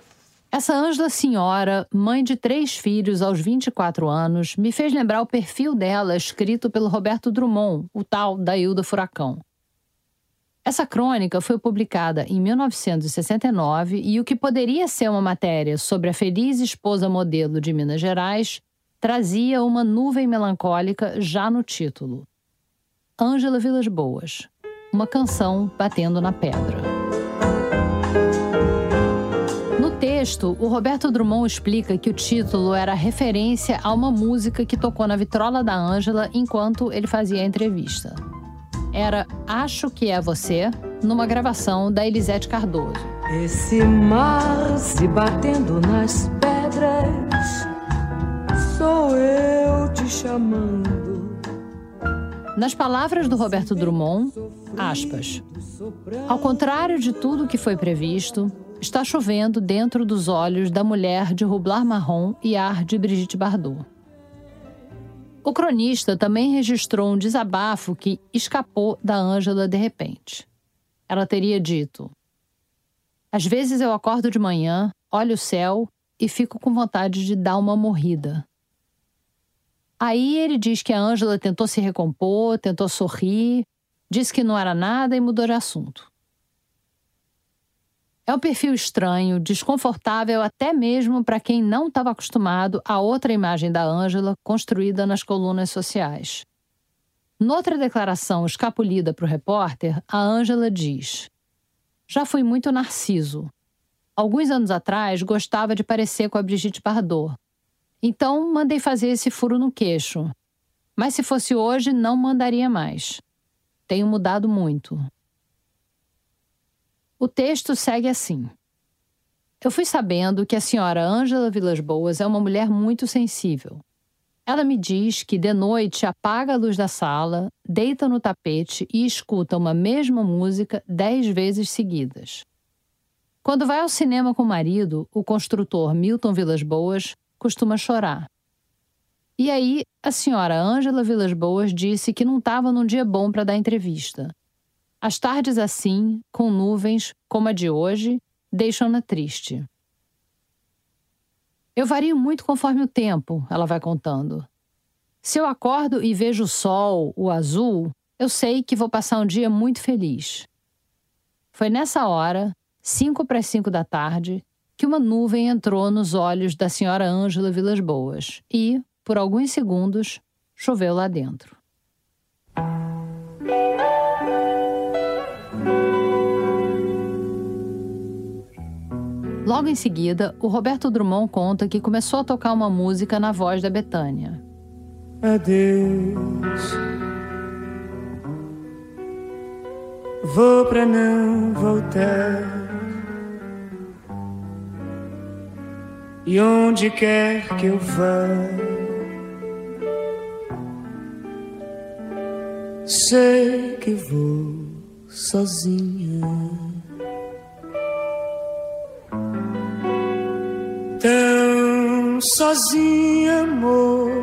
Essa Ângela senhora, mãe de 3 filhos aos 24 anos, me fez lembrar o perfil dela escrito pelo Roberto Drummond, o tal da Hilda Furacão. Essa crônica foi publicada em 1969 e o que poderia ser uma matéria sobre a feliz esposa modelo de Minas Gerais trazia uma nuvem melancólica já no título. Ângela Vilas Boas, uma canção batendo na pedra. No texto, o Roberto Drummond explica que o título era referência a uma música que tocou na vitrola da Ângela enquanto ele fazia a entrevista. Era Acho Que É Você, numa gravação da Elisete Cardoso. Esse mar se batendo nas pedras, sou eu te chamando. Nas palavras do Roberto Drummond, aspas, ao contrário de tudo que foi previsto, está chovendo dentro dos olhos da mulher de Rublar Marrom e ar de Brigitte Bardot. O cronista também registrou um desabafo que escapou da Ângela de repente. Ela teria dito: às vezes eu acordo de manhã, olho o céu e fico com vontade de dar uma morrida. Aí ele diz que a Ângela tentou se recompor, tentou sorrir, disse que não era nada e mudou de assunto. É um perfil estranho, desconfortável até mesmo para quem não estava acostumado a outra imagem da Ângela construída nas colunas sociais. Noutra declaração escapulida para o repórter, a Ângela diz: já fui muito narciso. Alguns anos atrás gostava de parecer com a Brigitte Bardot. Então mandei fazer esse furo no queixo. Mas se fosse hoje, não mandaria mais. Tenho mudado muito. O texto segue assim. Eu fui sabendo que a senhora Ângela Vilas Boas é uma mulher muito sensível. Ela me diz que de noite apaga a luz da sala, deita no tapete e escuta uma mesma música 10 vezes seguidas. Quando vai ao cinema com o marido, o construtor Milton Vilas Boas costuma chorar. E aí, a senhora Ângela Vilas Boas disse que não estava num dia bom para dar entrevista. As tardes assim, com nuvens, como a de hoje, deixam-na triste. Eu vario muito conforme o tempo, ela vai contando. Se eu acordo e vejo o sol, o azul, eu sei que vou passar um dia muito feliz. Foi nessa hora, 5:05 da tarde, que uma nuvem entrou nos olhos da senhora Ângela Vilas Boas e, por alguns segundos, choveu lá dentro. Logo em seguida, o Roberto Drummond conta que começou a tocar uma música na voz da Bethânia. Adeus, vou pra não voltar, e onde quer que eu vá, sei que vou sozinha. Tão sozinha, amor,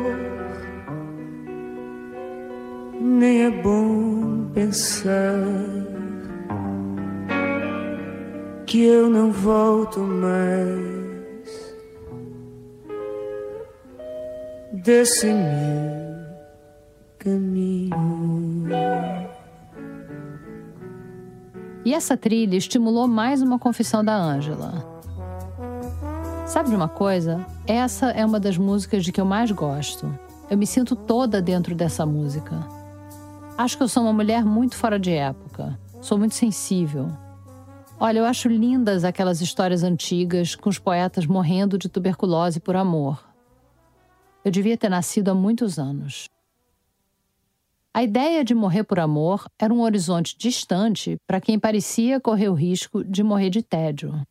nem é bom pensar que eu não volto mais desse meu caminho. E essa trilha estimulou mais uma confissão da Ângela. Sabe de uma coisa? Essa é uma das músicas de que eu mais gosto. Eu me sinto toda dentro dessa música. Acho que eu sou uma mulher muito fora de época. Sou muito sensível. Olha, eu acho lindas aquelas histórias antigas com os poetas morrendo de tuberculose por amor. Eu devia ter nascido há muitos anos. A ideia de morrer por amor era um horizonte distante para quem parecia correr o risco de morrer de tédio.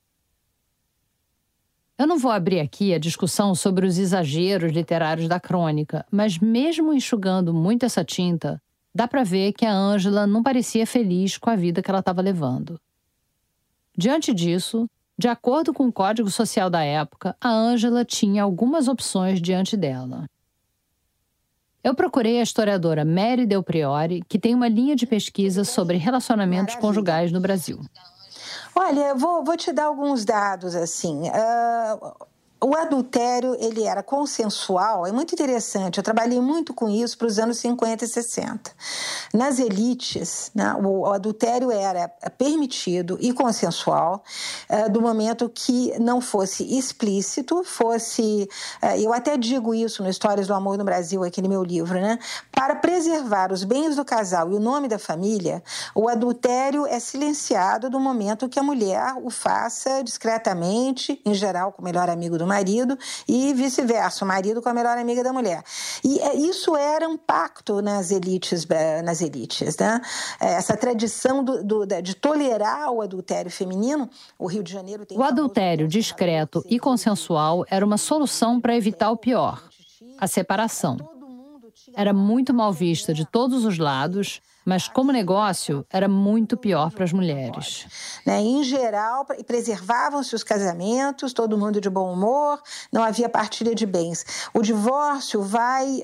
Eu não vou abrir aqui a discussão sobre os exageros literários da crônica, mas mesmo enxugando muito essa tinta, dá para ver que a Ângela não parecia feliz com a vida que ela estava levando. Diante disso, de acordo com o Código Social da época, a Ângela tinha algumas opções diante dela. Eu procurei a historiadora Mary Del Priore, que tem uma linha de pesquisa sobre relacionamentos conjugais no Brasil. Olha, vou te dar alguns dados, assim. O adultério, ele era consensual, é muito interessante, eu trabalhei muito com isso para os anos 50 e 60. Nas elites, né, o adultério era permitido e consensual do momento que não fosse explícito, fosse... eu até digo isso no Histórias do Amor no Brasil, aquele meu livro, né? Para preservar os bens do casal e o nome da família, o adultério é silenciado do momento que a mulher o faça discretamente, em geral com o melhor amigo do marido, e vice-versa, o marido com a melhor amiga da mulher. E isso era um pacto nas elites, né? Essa tradição de tolerar o adultério feminino, o Rio de Janeiro tem... O adultério discreto e consensual era uma solução para evitar o pior, a separação. Era muito mal vista de todos os lados, mas como negócio era muito pior para as mulheres. Em geral, preservavam-se os casamentos, todo mundo de bom humor, não havia partilha de bens. O divórcio vai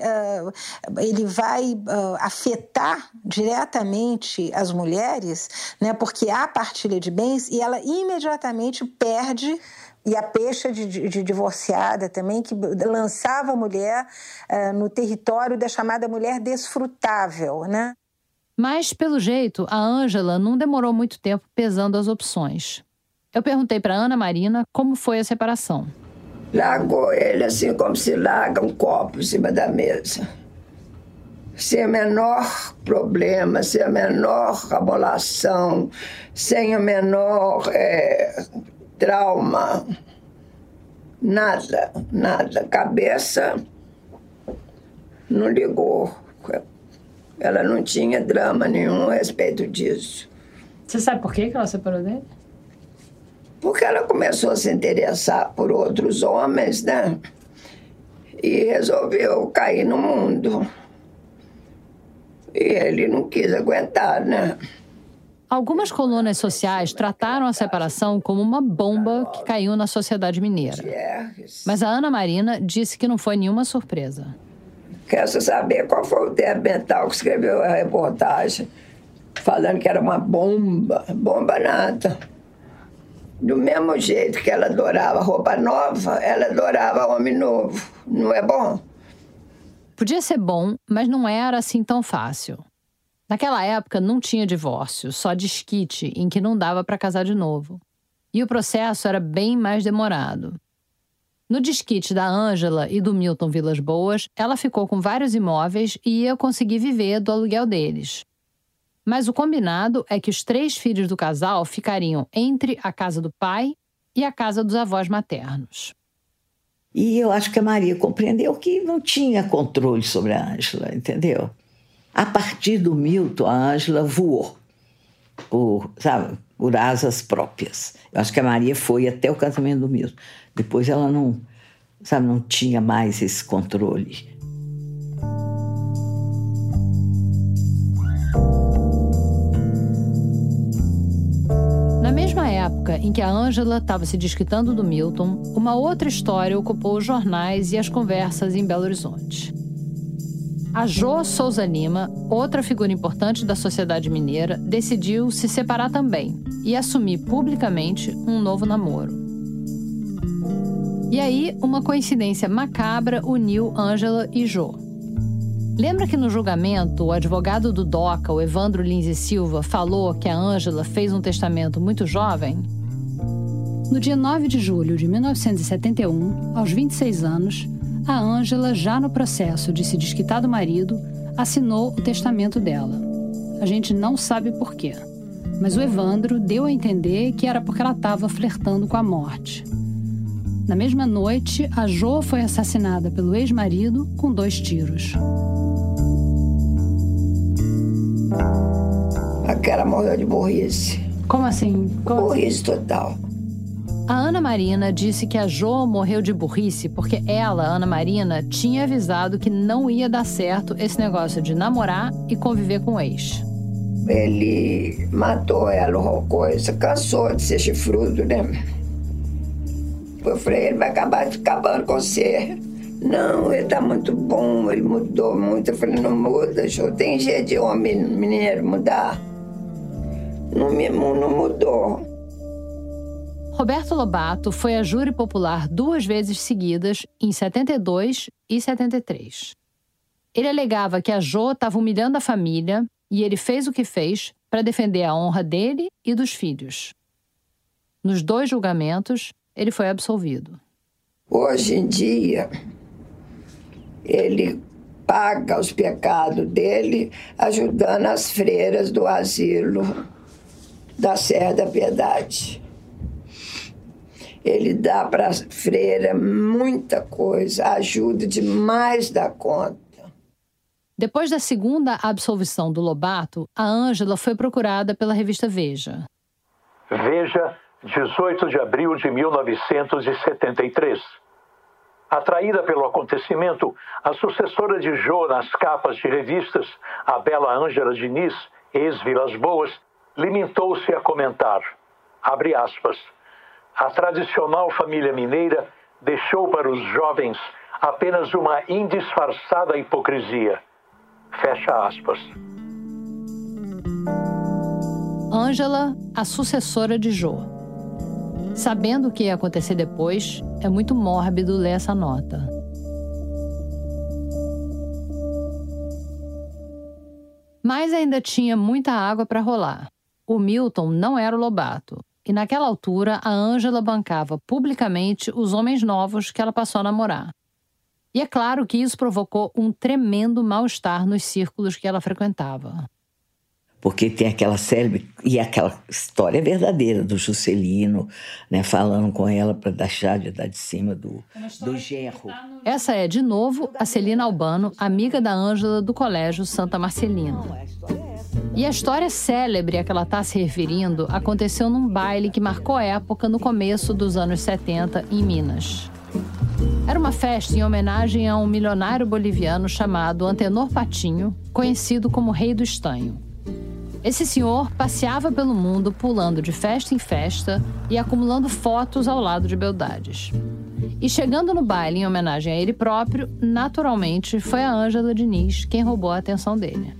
afetar diretamente as mulheres, né, porque há partilha de bens e ela imediatamente perde. E a pecha de divorciada também, que lançava a mulher no território da chamada mulher desfrutável, né? Mas, pelo jeito, a Ângela não demorou muito tempo pesando as opções. Eu perguntei para Ana Marina como foi a separação. Largou ele assim como se larga um copo em cima da mesa. Sem o menor problema, sem a menor abolação, sem o menor... trauma, nada. Cabeça não ligou. Ela não tinha drama nenhum a respeito disso. Você sabe por que ela separou dele? Porque ela começou a se interessar por outros homens, né? E resolveu cair no mundo. E ele não quis aguentar, né? Algumas colunas sociais trataram a separação como uma bomba que caiu na sociedade mineira. Mas a Ana Marina disse que não foi nenhuma surpresa. Quero saber qual foi o débil mental que escreveu a reportagem, falando que era uma bomba. Bomba nada. Do mesmo jeito que ela adorava roupa nova, ela adorava homem novo. Não é bom? Podia ser bom, mas não era assim tão fácil. Naquela época não tinha divórcio, só desquite, em que não dava para casar de novo. E o processo era bem mais demorado. No desquite da Ângela e do Milton Vilas Boas, ela ficou com vários imóveis e ia conseguir viver do aluguel deles. Mas o combinado é que os 3 filhos do casal ficariam entre a casa do pai e a casa dos avós maternos. E eu acho que a Maria compreendeu que não tinha controle sobre a Ângela, entendeu? A partir do Milton, a Ângela voou por asas próprias. Eu acho que a Maria foi até o casamento do Milton. Depois ela não tinha mais esse controle. Na mesma época em que a Ângela estava se desquitando do Milton, uma outra história ocupou os jornais e as conversas em Belo Horizonte. A Jô Souza Lima, outra figura importante da sociedade mineira, decidiu se separar também e assumir publicamente um novo namoro. E aí, uma coincidência macabra uniu Ângela e Jô. Lembra que no julgamento, o advogado do DOCA, o Evandro Lins e Silva, falou que a Ângela fez um testamento muito jovem? No dia 9 de julho de 1971, aos 26 anos, a Ângela, já no processo de se desquitar do marido, assinou o testamento dela. A gente não sabe por quê, mas o Evandro deu a entender que era porque ela estava flertando com a morte. Na mesma noite, a Jô foi assassinada pelo ex-marido com 2 tiros. Aquela morreu de burrice. Como assim? Burrice total. A Ana Marina disse que a Jô morreu de burrice porque ela, Ana Marina, tinha avisado que não ia dar certo esse negócio de namorar e conviver com o ex. Ele matou ela, ou coisa, cansou de ser chifrudo, né? Eu falei, ele vai acabar acabando com você. Não, ele tá muito bom, ele mudou muito. Eu falei, não muda, Jô, tem jeito de homem mineiro mudar. Não mudou. Roberto Lobato foi a júri popular 2 vezes seguidas, em 72 e 73. Ele alegava que a Jo estava humilhando a família e ele fez o que fez para defender a honra dele e dos filhos. Nos 2 julgamentos, ele foi absolvido. Hoje em dia, ele paga os pecados dele ajudando as freiras do asilo da Serra da Piedade. Ele dá para a freira muita coisa, ajuda demais da conta. Depois da segunda absolvição do Lobato, a Ângela foi procurada pela revista Veja. Veja, 18 de abril de 1973. Atraída pelo acontecimento, a sucessora de Jo nas capas de revistas, a bela Ângela Diniz, ex-Vilas Boas, limitou-se a comentar, abre aspas, a tradicional família mineira deixou para os jovens apenas uma indisfarçada hipocrisia. Fecha aspas. Ângela, a sucessora de Jo. Sabendo o que ia acontecer depois, é muito mórbido ler essa nota. Mas ainda tinha muita água para rolar. O Milton não era o Lobato. E naquela altura, a Ângela bancava publicamente os homens novos que ela passou a namorar. E é claro que isso provocou um tremendo mal-estar nos círculos que ela frequentava. Porque tem aquela série, e aquela história verdadeira do Juscelino, né, falando com ela para deixar de dar de cima do genro. Essa é, de novo, a Celina Albano, amiga da Ângela do Colégio Santa Marcelina. E a história célebre a que ela está se referindo aconteceu num baile que marcou época no começo dos anos 70 em Minas. Era uma festa em homenagem a um milionário boliviano chamado Antenor Patinho, conhecido como Rei do Estanho. Esse senhor passeava pelo mundo pulando de festa em festa e acumulando fotos ao lado de beldades. E chegando no baile em homenagem a ele próprio, naturalmente foi a Ângela Diniz quem roubou a atenção dele.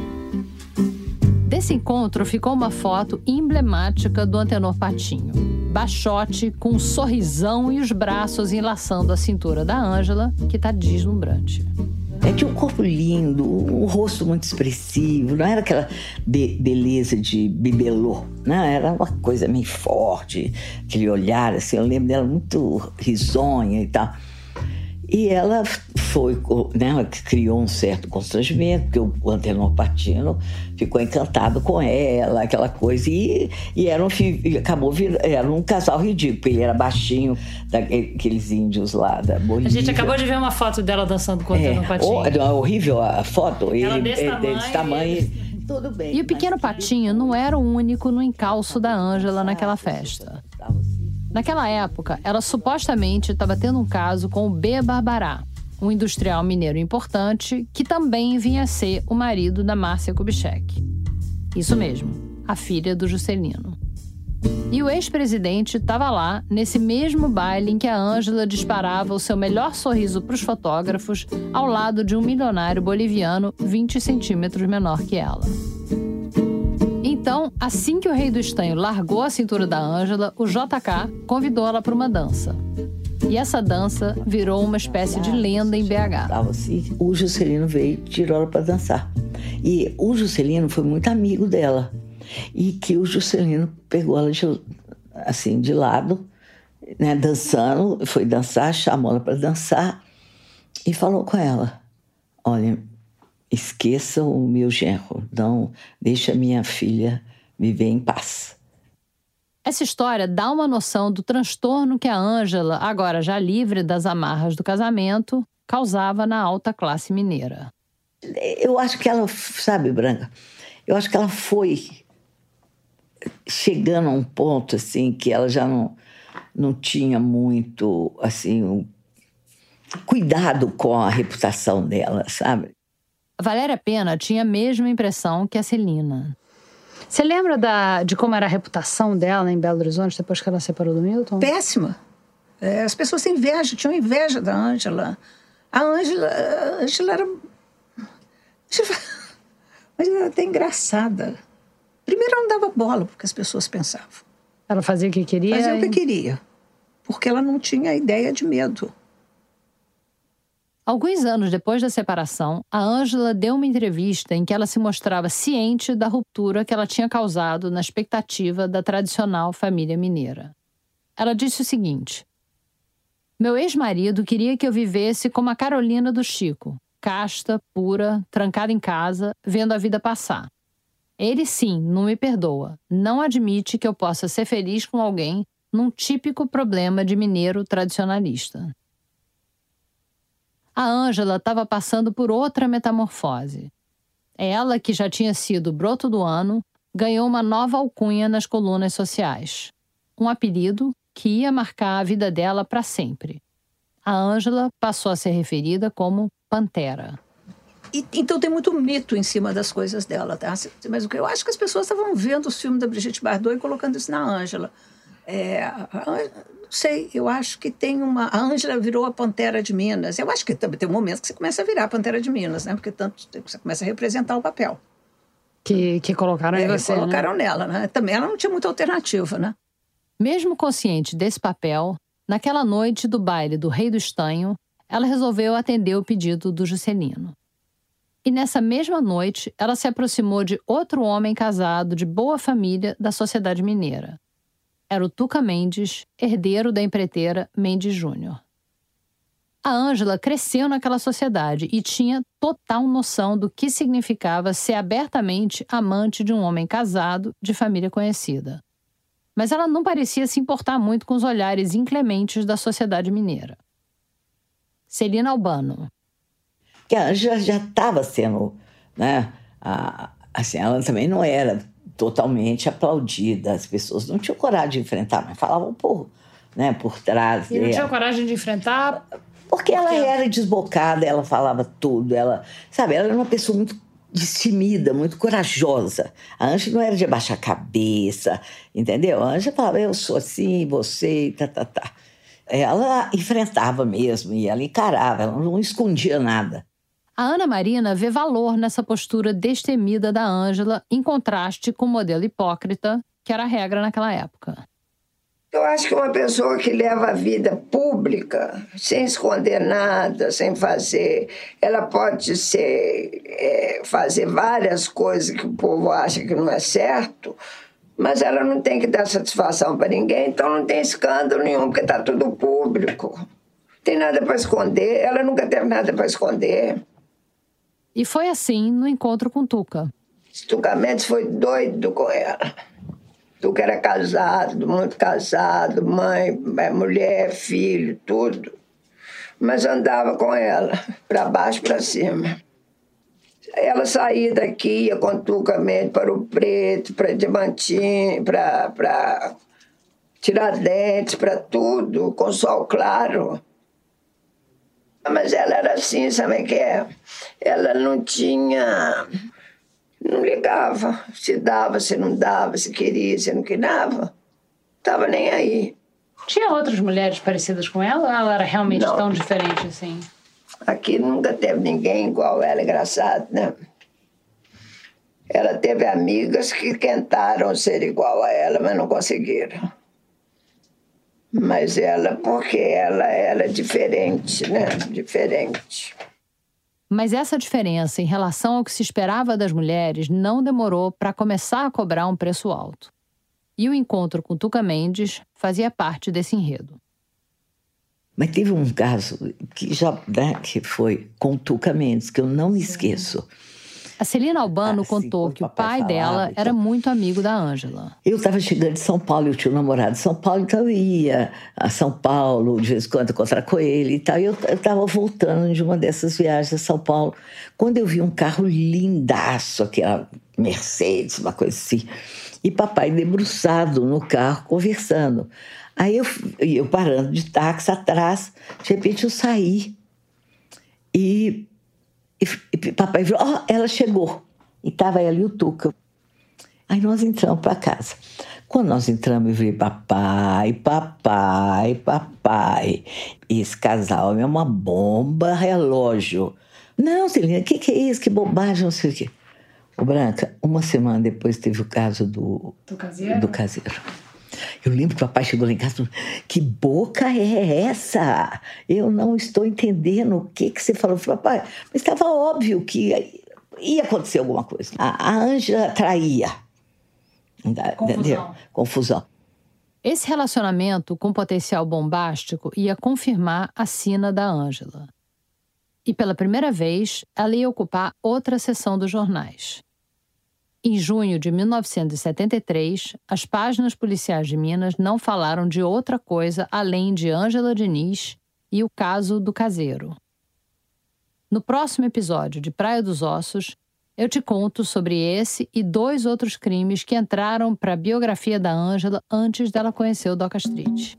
Desse encontro ficou uma foto emblemática do Antenor Patinho. Baixote, com um sorrisão e os braços enlaçando a cintura da Ângela, que tá deslumbrante. Tinha um corpo lindo, um rosto muito expressivo, não era aquela beleza de bibelô, né? Era uma coisa meio forte, aquele olhar, assim, eu lembro dela muito risonha e tal. E ela foi, né, ela criou um certo constrangimento, porque o Antenor Patinho ficou encantado com ela, aquela coisa, e acabou virando, era um casal ridículo, porque ele era baixinho, daqueles índios lá da Bolívia. A gente acabou de ver uma foto dela dançando com o Antenor Patinho. É horrível a foto, ela ele desse tamanho. Tudo bem. E o pequeno Patinho não era o único no encalço da Ângela naquela festa. Naquela época, ela supostamente estava tendo um caso com o B. Barbará, um industrial mineiro importante que também vinha a ser o marido da Márcia Kubitschek. Isso mesmo, a filha do Juscelino. E o ex-presidente estava lá, nesse mesmo baile em que a Ângela disparava o seu melhor sorriso para os fotógrafos ao lado de um milionário boliviano 20 centímetros menor que ela. Então, assim que o Rei do Estanho largou a cintura da Ângela, o JK convidou ela para uma dança. E essa dança virou uma espécie de lenda em BH. O Juscelino veio e tirou ela para dançar. E o Juscelino foi muito amigo dela. E que o Juscelino pegou ela de lado, né, dançando, foi dançar, chamou ela para dançar e falou com ela: olha, esqueça o meu genro, não deixa minha filha viver em paz. Essa história dá uma noção do transtorno que a Ângela, agora já livre das amarras do casamento, causava na alta classe mineira. Eu acho que ela, sabe, Branca, eu acho que ela foi chegando a um ponto assim que ela já não tinha muito assim cuidado com a reputação dela, sabe? A Valéria Pena tinha a mesma impressão que a Celina. Você lembra de como era a reputação dela em Belo Horizonte depois que ela separou do Milton? Péssima. As pessoas tinham inveja da Ângela. A Ângela era... Mas era até engraçada. Primeiro, ela não dava bola porque as pessoas pensavam. Ela fazia o que queria? Fazia o que queria. Porque ela não tinha ideia de medo. Alguns anos depois da separação, a Ângela deu uma entrevista em que ela se mostrava ciente da ruptura que ela tinha causado na expectativa da tradicional família mineira. Ela disse o seguinte: meu ex-marido queria que eu vivesse como a Carolina do Chico, casta, pura, trancada em casa, vendo a vida passar. Ele sim, não me perdoa, não admite que eu possa ser feliz com alguém num típico problema de mineiro tradicionalista. A Ângela estava passando por outra metamorfose. Ela, que já tinha sido broto do ano, ganhou uma nova alcunha nas colunas sociais. Um apelido que ia marcar a vida dela para sempre. A Ângela passou a ser referida como Pantera. Então tem muito mito em cima das coisas dela, tá? Mas o que eu acho que as pessoas estavam vendo os filmes da Brigitte Bardot e colocando isso na Ângela. Não sei, eu acho que tem uma... A Ângela virou a Pantera de Minas. Eu acho que também tem um momento que você começa a virar a Pantera de Minas, né? Porque tanto você começa a representar o papel. Que colocaram em você, colocaram nela, né? Também ela não tinha muita alternativa, né? Mesmo consciente desse papel, naquela noite do baile do Rei do Estanho, ela resolveu atender o pedido do Juscelino. E nessa mesma noite, ela se aproximou de outro homem casado de boa família da sociedade mineira. Era o Tuca Mendes, herdeiro da empreiteira Mendes Júnior. A Ângela cresceu naquela sociedade e tinha total noção do que significava ser abertamente amante de um homem casado de família conhecida. Mas ela não parecia se importar muito com os olhares inclementes da sociedade mineira. Celina Albano. Que a Ângela já estava sendo, né? Assim, ela também não era totalmente aplaudida. As pessoas não tinham coragem de enfrentar, mas falavam por trás. E não tinha coragem de enfrentar? Porque ela era desbocada, ela falava tudo. Ela era uma pessoa muito destemida, muito corajosa. A Ângela não era de abaixar a cabeça, entendeu? A Ângela falava, eu sou assim, você, tá. Ela enfrentava mesmo e ela encarava, ela não escondia nada. A Ana Marina vê valor nessa postura destemida da Ângela, em contraste com o modelo hipócrita, que era a regra naquela época. Eu acho que uma pessoa que leva a vida pública, sem esconder nada, sem fazer... Ela pode fazer várias coisas que o povo acha que não é certo, mas ela não tem que dar satisfação para ninguém, então não tem escândalo nenhum, porque está tudo público. Não tem nada para esconder, ela nunca teve nada para esconder. E foi assim no encontro com Tuca. Tuca Mendes foi doido com ela. Tuca era casado, muito casado, mãe, mulher, filho, tudo. Mas andava com ela, para baixo, para cima. Ela saía daqui, ia com Tuca Mendes para o Preto, para Diamantim, para Tiradentes, para tudo, com sol claro. Mas ela era assim, sabe o que é? Ela não tinha... Não ligava. Se dava, se não dava, se queria, se não queria. Tava nem aí. Tinha outras mulheres parecidas com ela? Ou ela era realmente tão diferente assim? Aqui nunca teve ninguém igual ela, engraçado, né? Ela teve amigas que tentaram ser igual a ela, mas não conseguiram. Mas ela, porque ela era diferente, né? Diferente. Mas essa diferença em relação ao que se esperava das mulheres não demorou para começar a cobrar um preço alto. E o encontro com Tuca Mendes fazia parte desse enredo. Mas teve um caso que foi com Tuca Mendes, que eu não me esqueço. A Celina Albano contou que o pai dela era muito amigo da Ângela. Eu estava chegando de São Paulo, eu tinha um namorado de São Paulo, então eu ia a São Paulo, de vez em quando encontrar com ele e tal. E eu estava voltando de uma dessas viagens a São Paulo, quando eu vi um carro lindaço, aquela Mercedes, uma coisa assim, e papai debruçado no carro, conversando. Aí eu parando de táxi atrás, de repente eu saí e papai viu, ela chegou. E estava ela e o Tuca. Aí nós entramos para casa. Quando nós entramos, eu vi papai. E esse casal é uma bomba relógio. Não, Celina, o que é isso? Que bobagem, não sei o quê. Ô, Branca, uma semana depois teve o caso do caseiro. Eu lembro que o papai chegou lá em casa e falou, que boca é essa? Eu não estou entendendo o que você falou. Eu falei, papai, mas estava óbvio que ia acontecer alguma coisa. A Ângela traía. Entendeu? Confusão. Esse relacionamento com potencial bombástico ia confirmar a sina da Ângela. E pela primeira vez, ela ia ocupar outra seção dos jornais. Em junho de 1973, as páginas policiais de Minas não falaram de outra coisa além de Ângela Diniz e o caso do caseiro. No próximo episódio de Praia dos Ossos, eu te conto sobre esse e 2 outros crimes que entraram para a biografia da Ângela antes dela conhecer o Doca Street.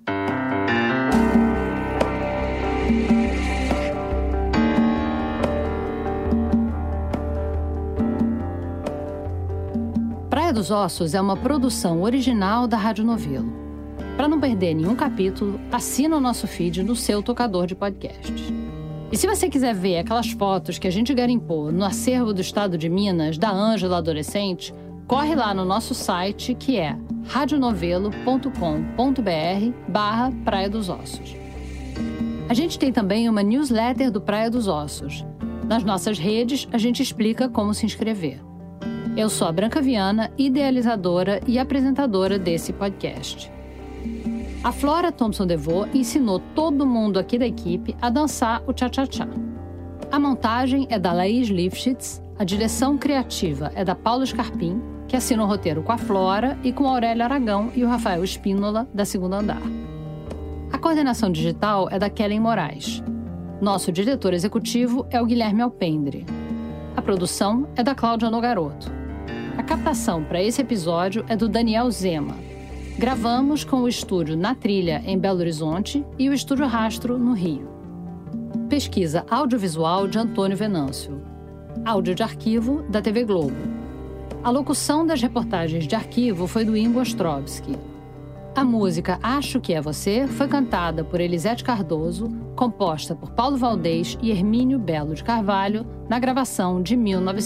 Praia dos Ossos é uma produção original da Rádio Novelo. Para não perder nenhum capítulo, assina o nosso feed no seu tocador de podcasts. E se você quiser ver aquelas fotos que a gente garimpou no acervo do estado de Minas da Ângela adolescente, corre lá no nosso site, que é radionovelo.com.br/Praia dos Ossos. A gente tem também uma newsletter do Praia dos Ossos. Nas nossas redes, a gente explica como se inscrever. Eu sou a Branca Viana, idealizadora e apresentadora desse podcast. A Flora Thompson-DeVoe ensinou todo mundo aqui da equipe a dançar o cha-cha-cha. A montagem é da Laís Lifshitz, a direção criativa é da Paula Scarpim, que assina o roteiro com a Flora e com o Aurélio Aragão e o Rafael Espínola, da Segunda Andar. A coordenação digital é da Kellen Moraes. Nosso diretor executivo é o Guilherme Alpendre. A produção é da Cláudia Nogaroto. A captação para esse episódio é do Daniel Zema. Gravamos com o estúdio Na Trilha, em Belo Horizonte, e o estúdio Rastro, no Rio. Pesquisa audiovisual de Antônio Venâncio. Áudio de arquivo da TV Globo. A locução das reportagens de arquivo foi do Ingo Ostrovsky. A música Acho Que É Você foi cantada por Elisete Cardoso, composta por Paulo Valdez e Hermínio Belo de Carvalho, na gravação de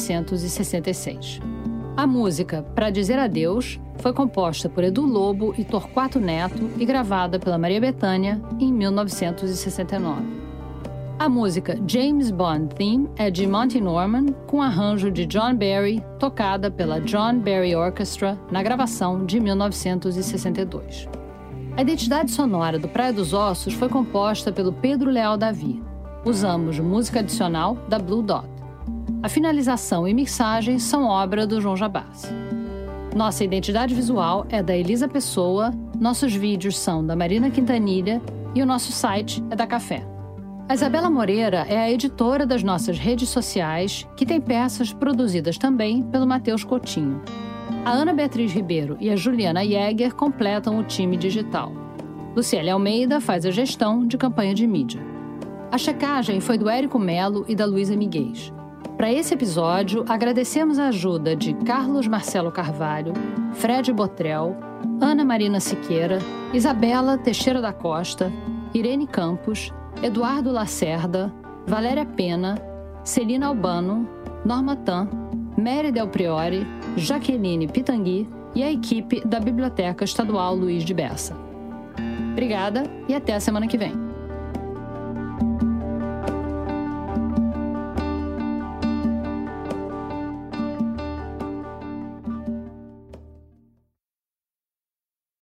1966. A música Pra Dizer Adeus foi composta por Edu Lobo e Torquato Neto e gravada pela Maria Bethânia em 1969. A música James Bond Theme é de Monty Norman, com arranjo de John Barry, tocada pela John Barry Orchestra na gravação de 1962. A identidade sonora do Praia dos Ossos foi composta pelo Pedro Leal Davi. Usamos música adicional da Blue Dot. A finalização e mixagem são obra do João Jabassi. Nossa identidade visual é da Elisa Pessoa, nossos vídeos são da Marina Quintanilha e o nosso site é da Café. A Isabela Moreira é a editora das nossas redes sociais, que tem peças produzidas também pelo Matheus Coutinho. A Ana Beatriz Ribeiro e a Juliana Jäger completam o time digital. Luciele Almeida faz a gestão de campanha de mídia. A checagem foi do Érico Melo e da Luísa Miguez. Para esse episódio, agradecemos a ajuda de Carlos Marcelo Carvalho, Fred Botrel, Ana Marina Siqueira, Isabela Teixeira da Costa, Irene Campos, Eduardo Lacerda, Valéria Pena, Celina Albano, Norma Tan, Mary Del Priori, Jaqueline Pitangui e a equipe da Biblioteca Estadual Luiz de Bessa. Obrigada e até a semana que vem.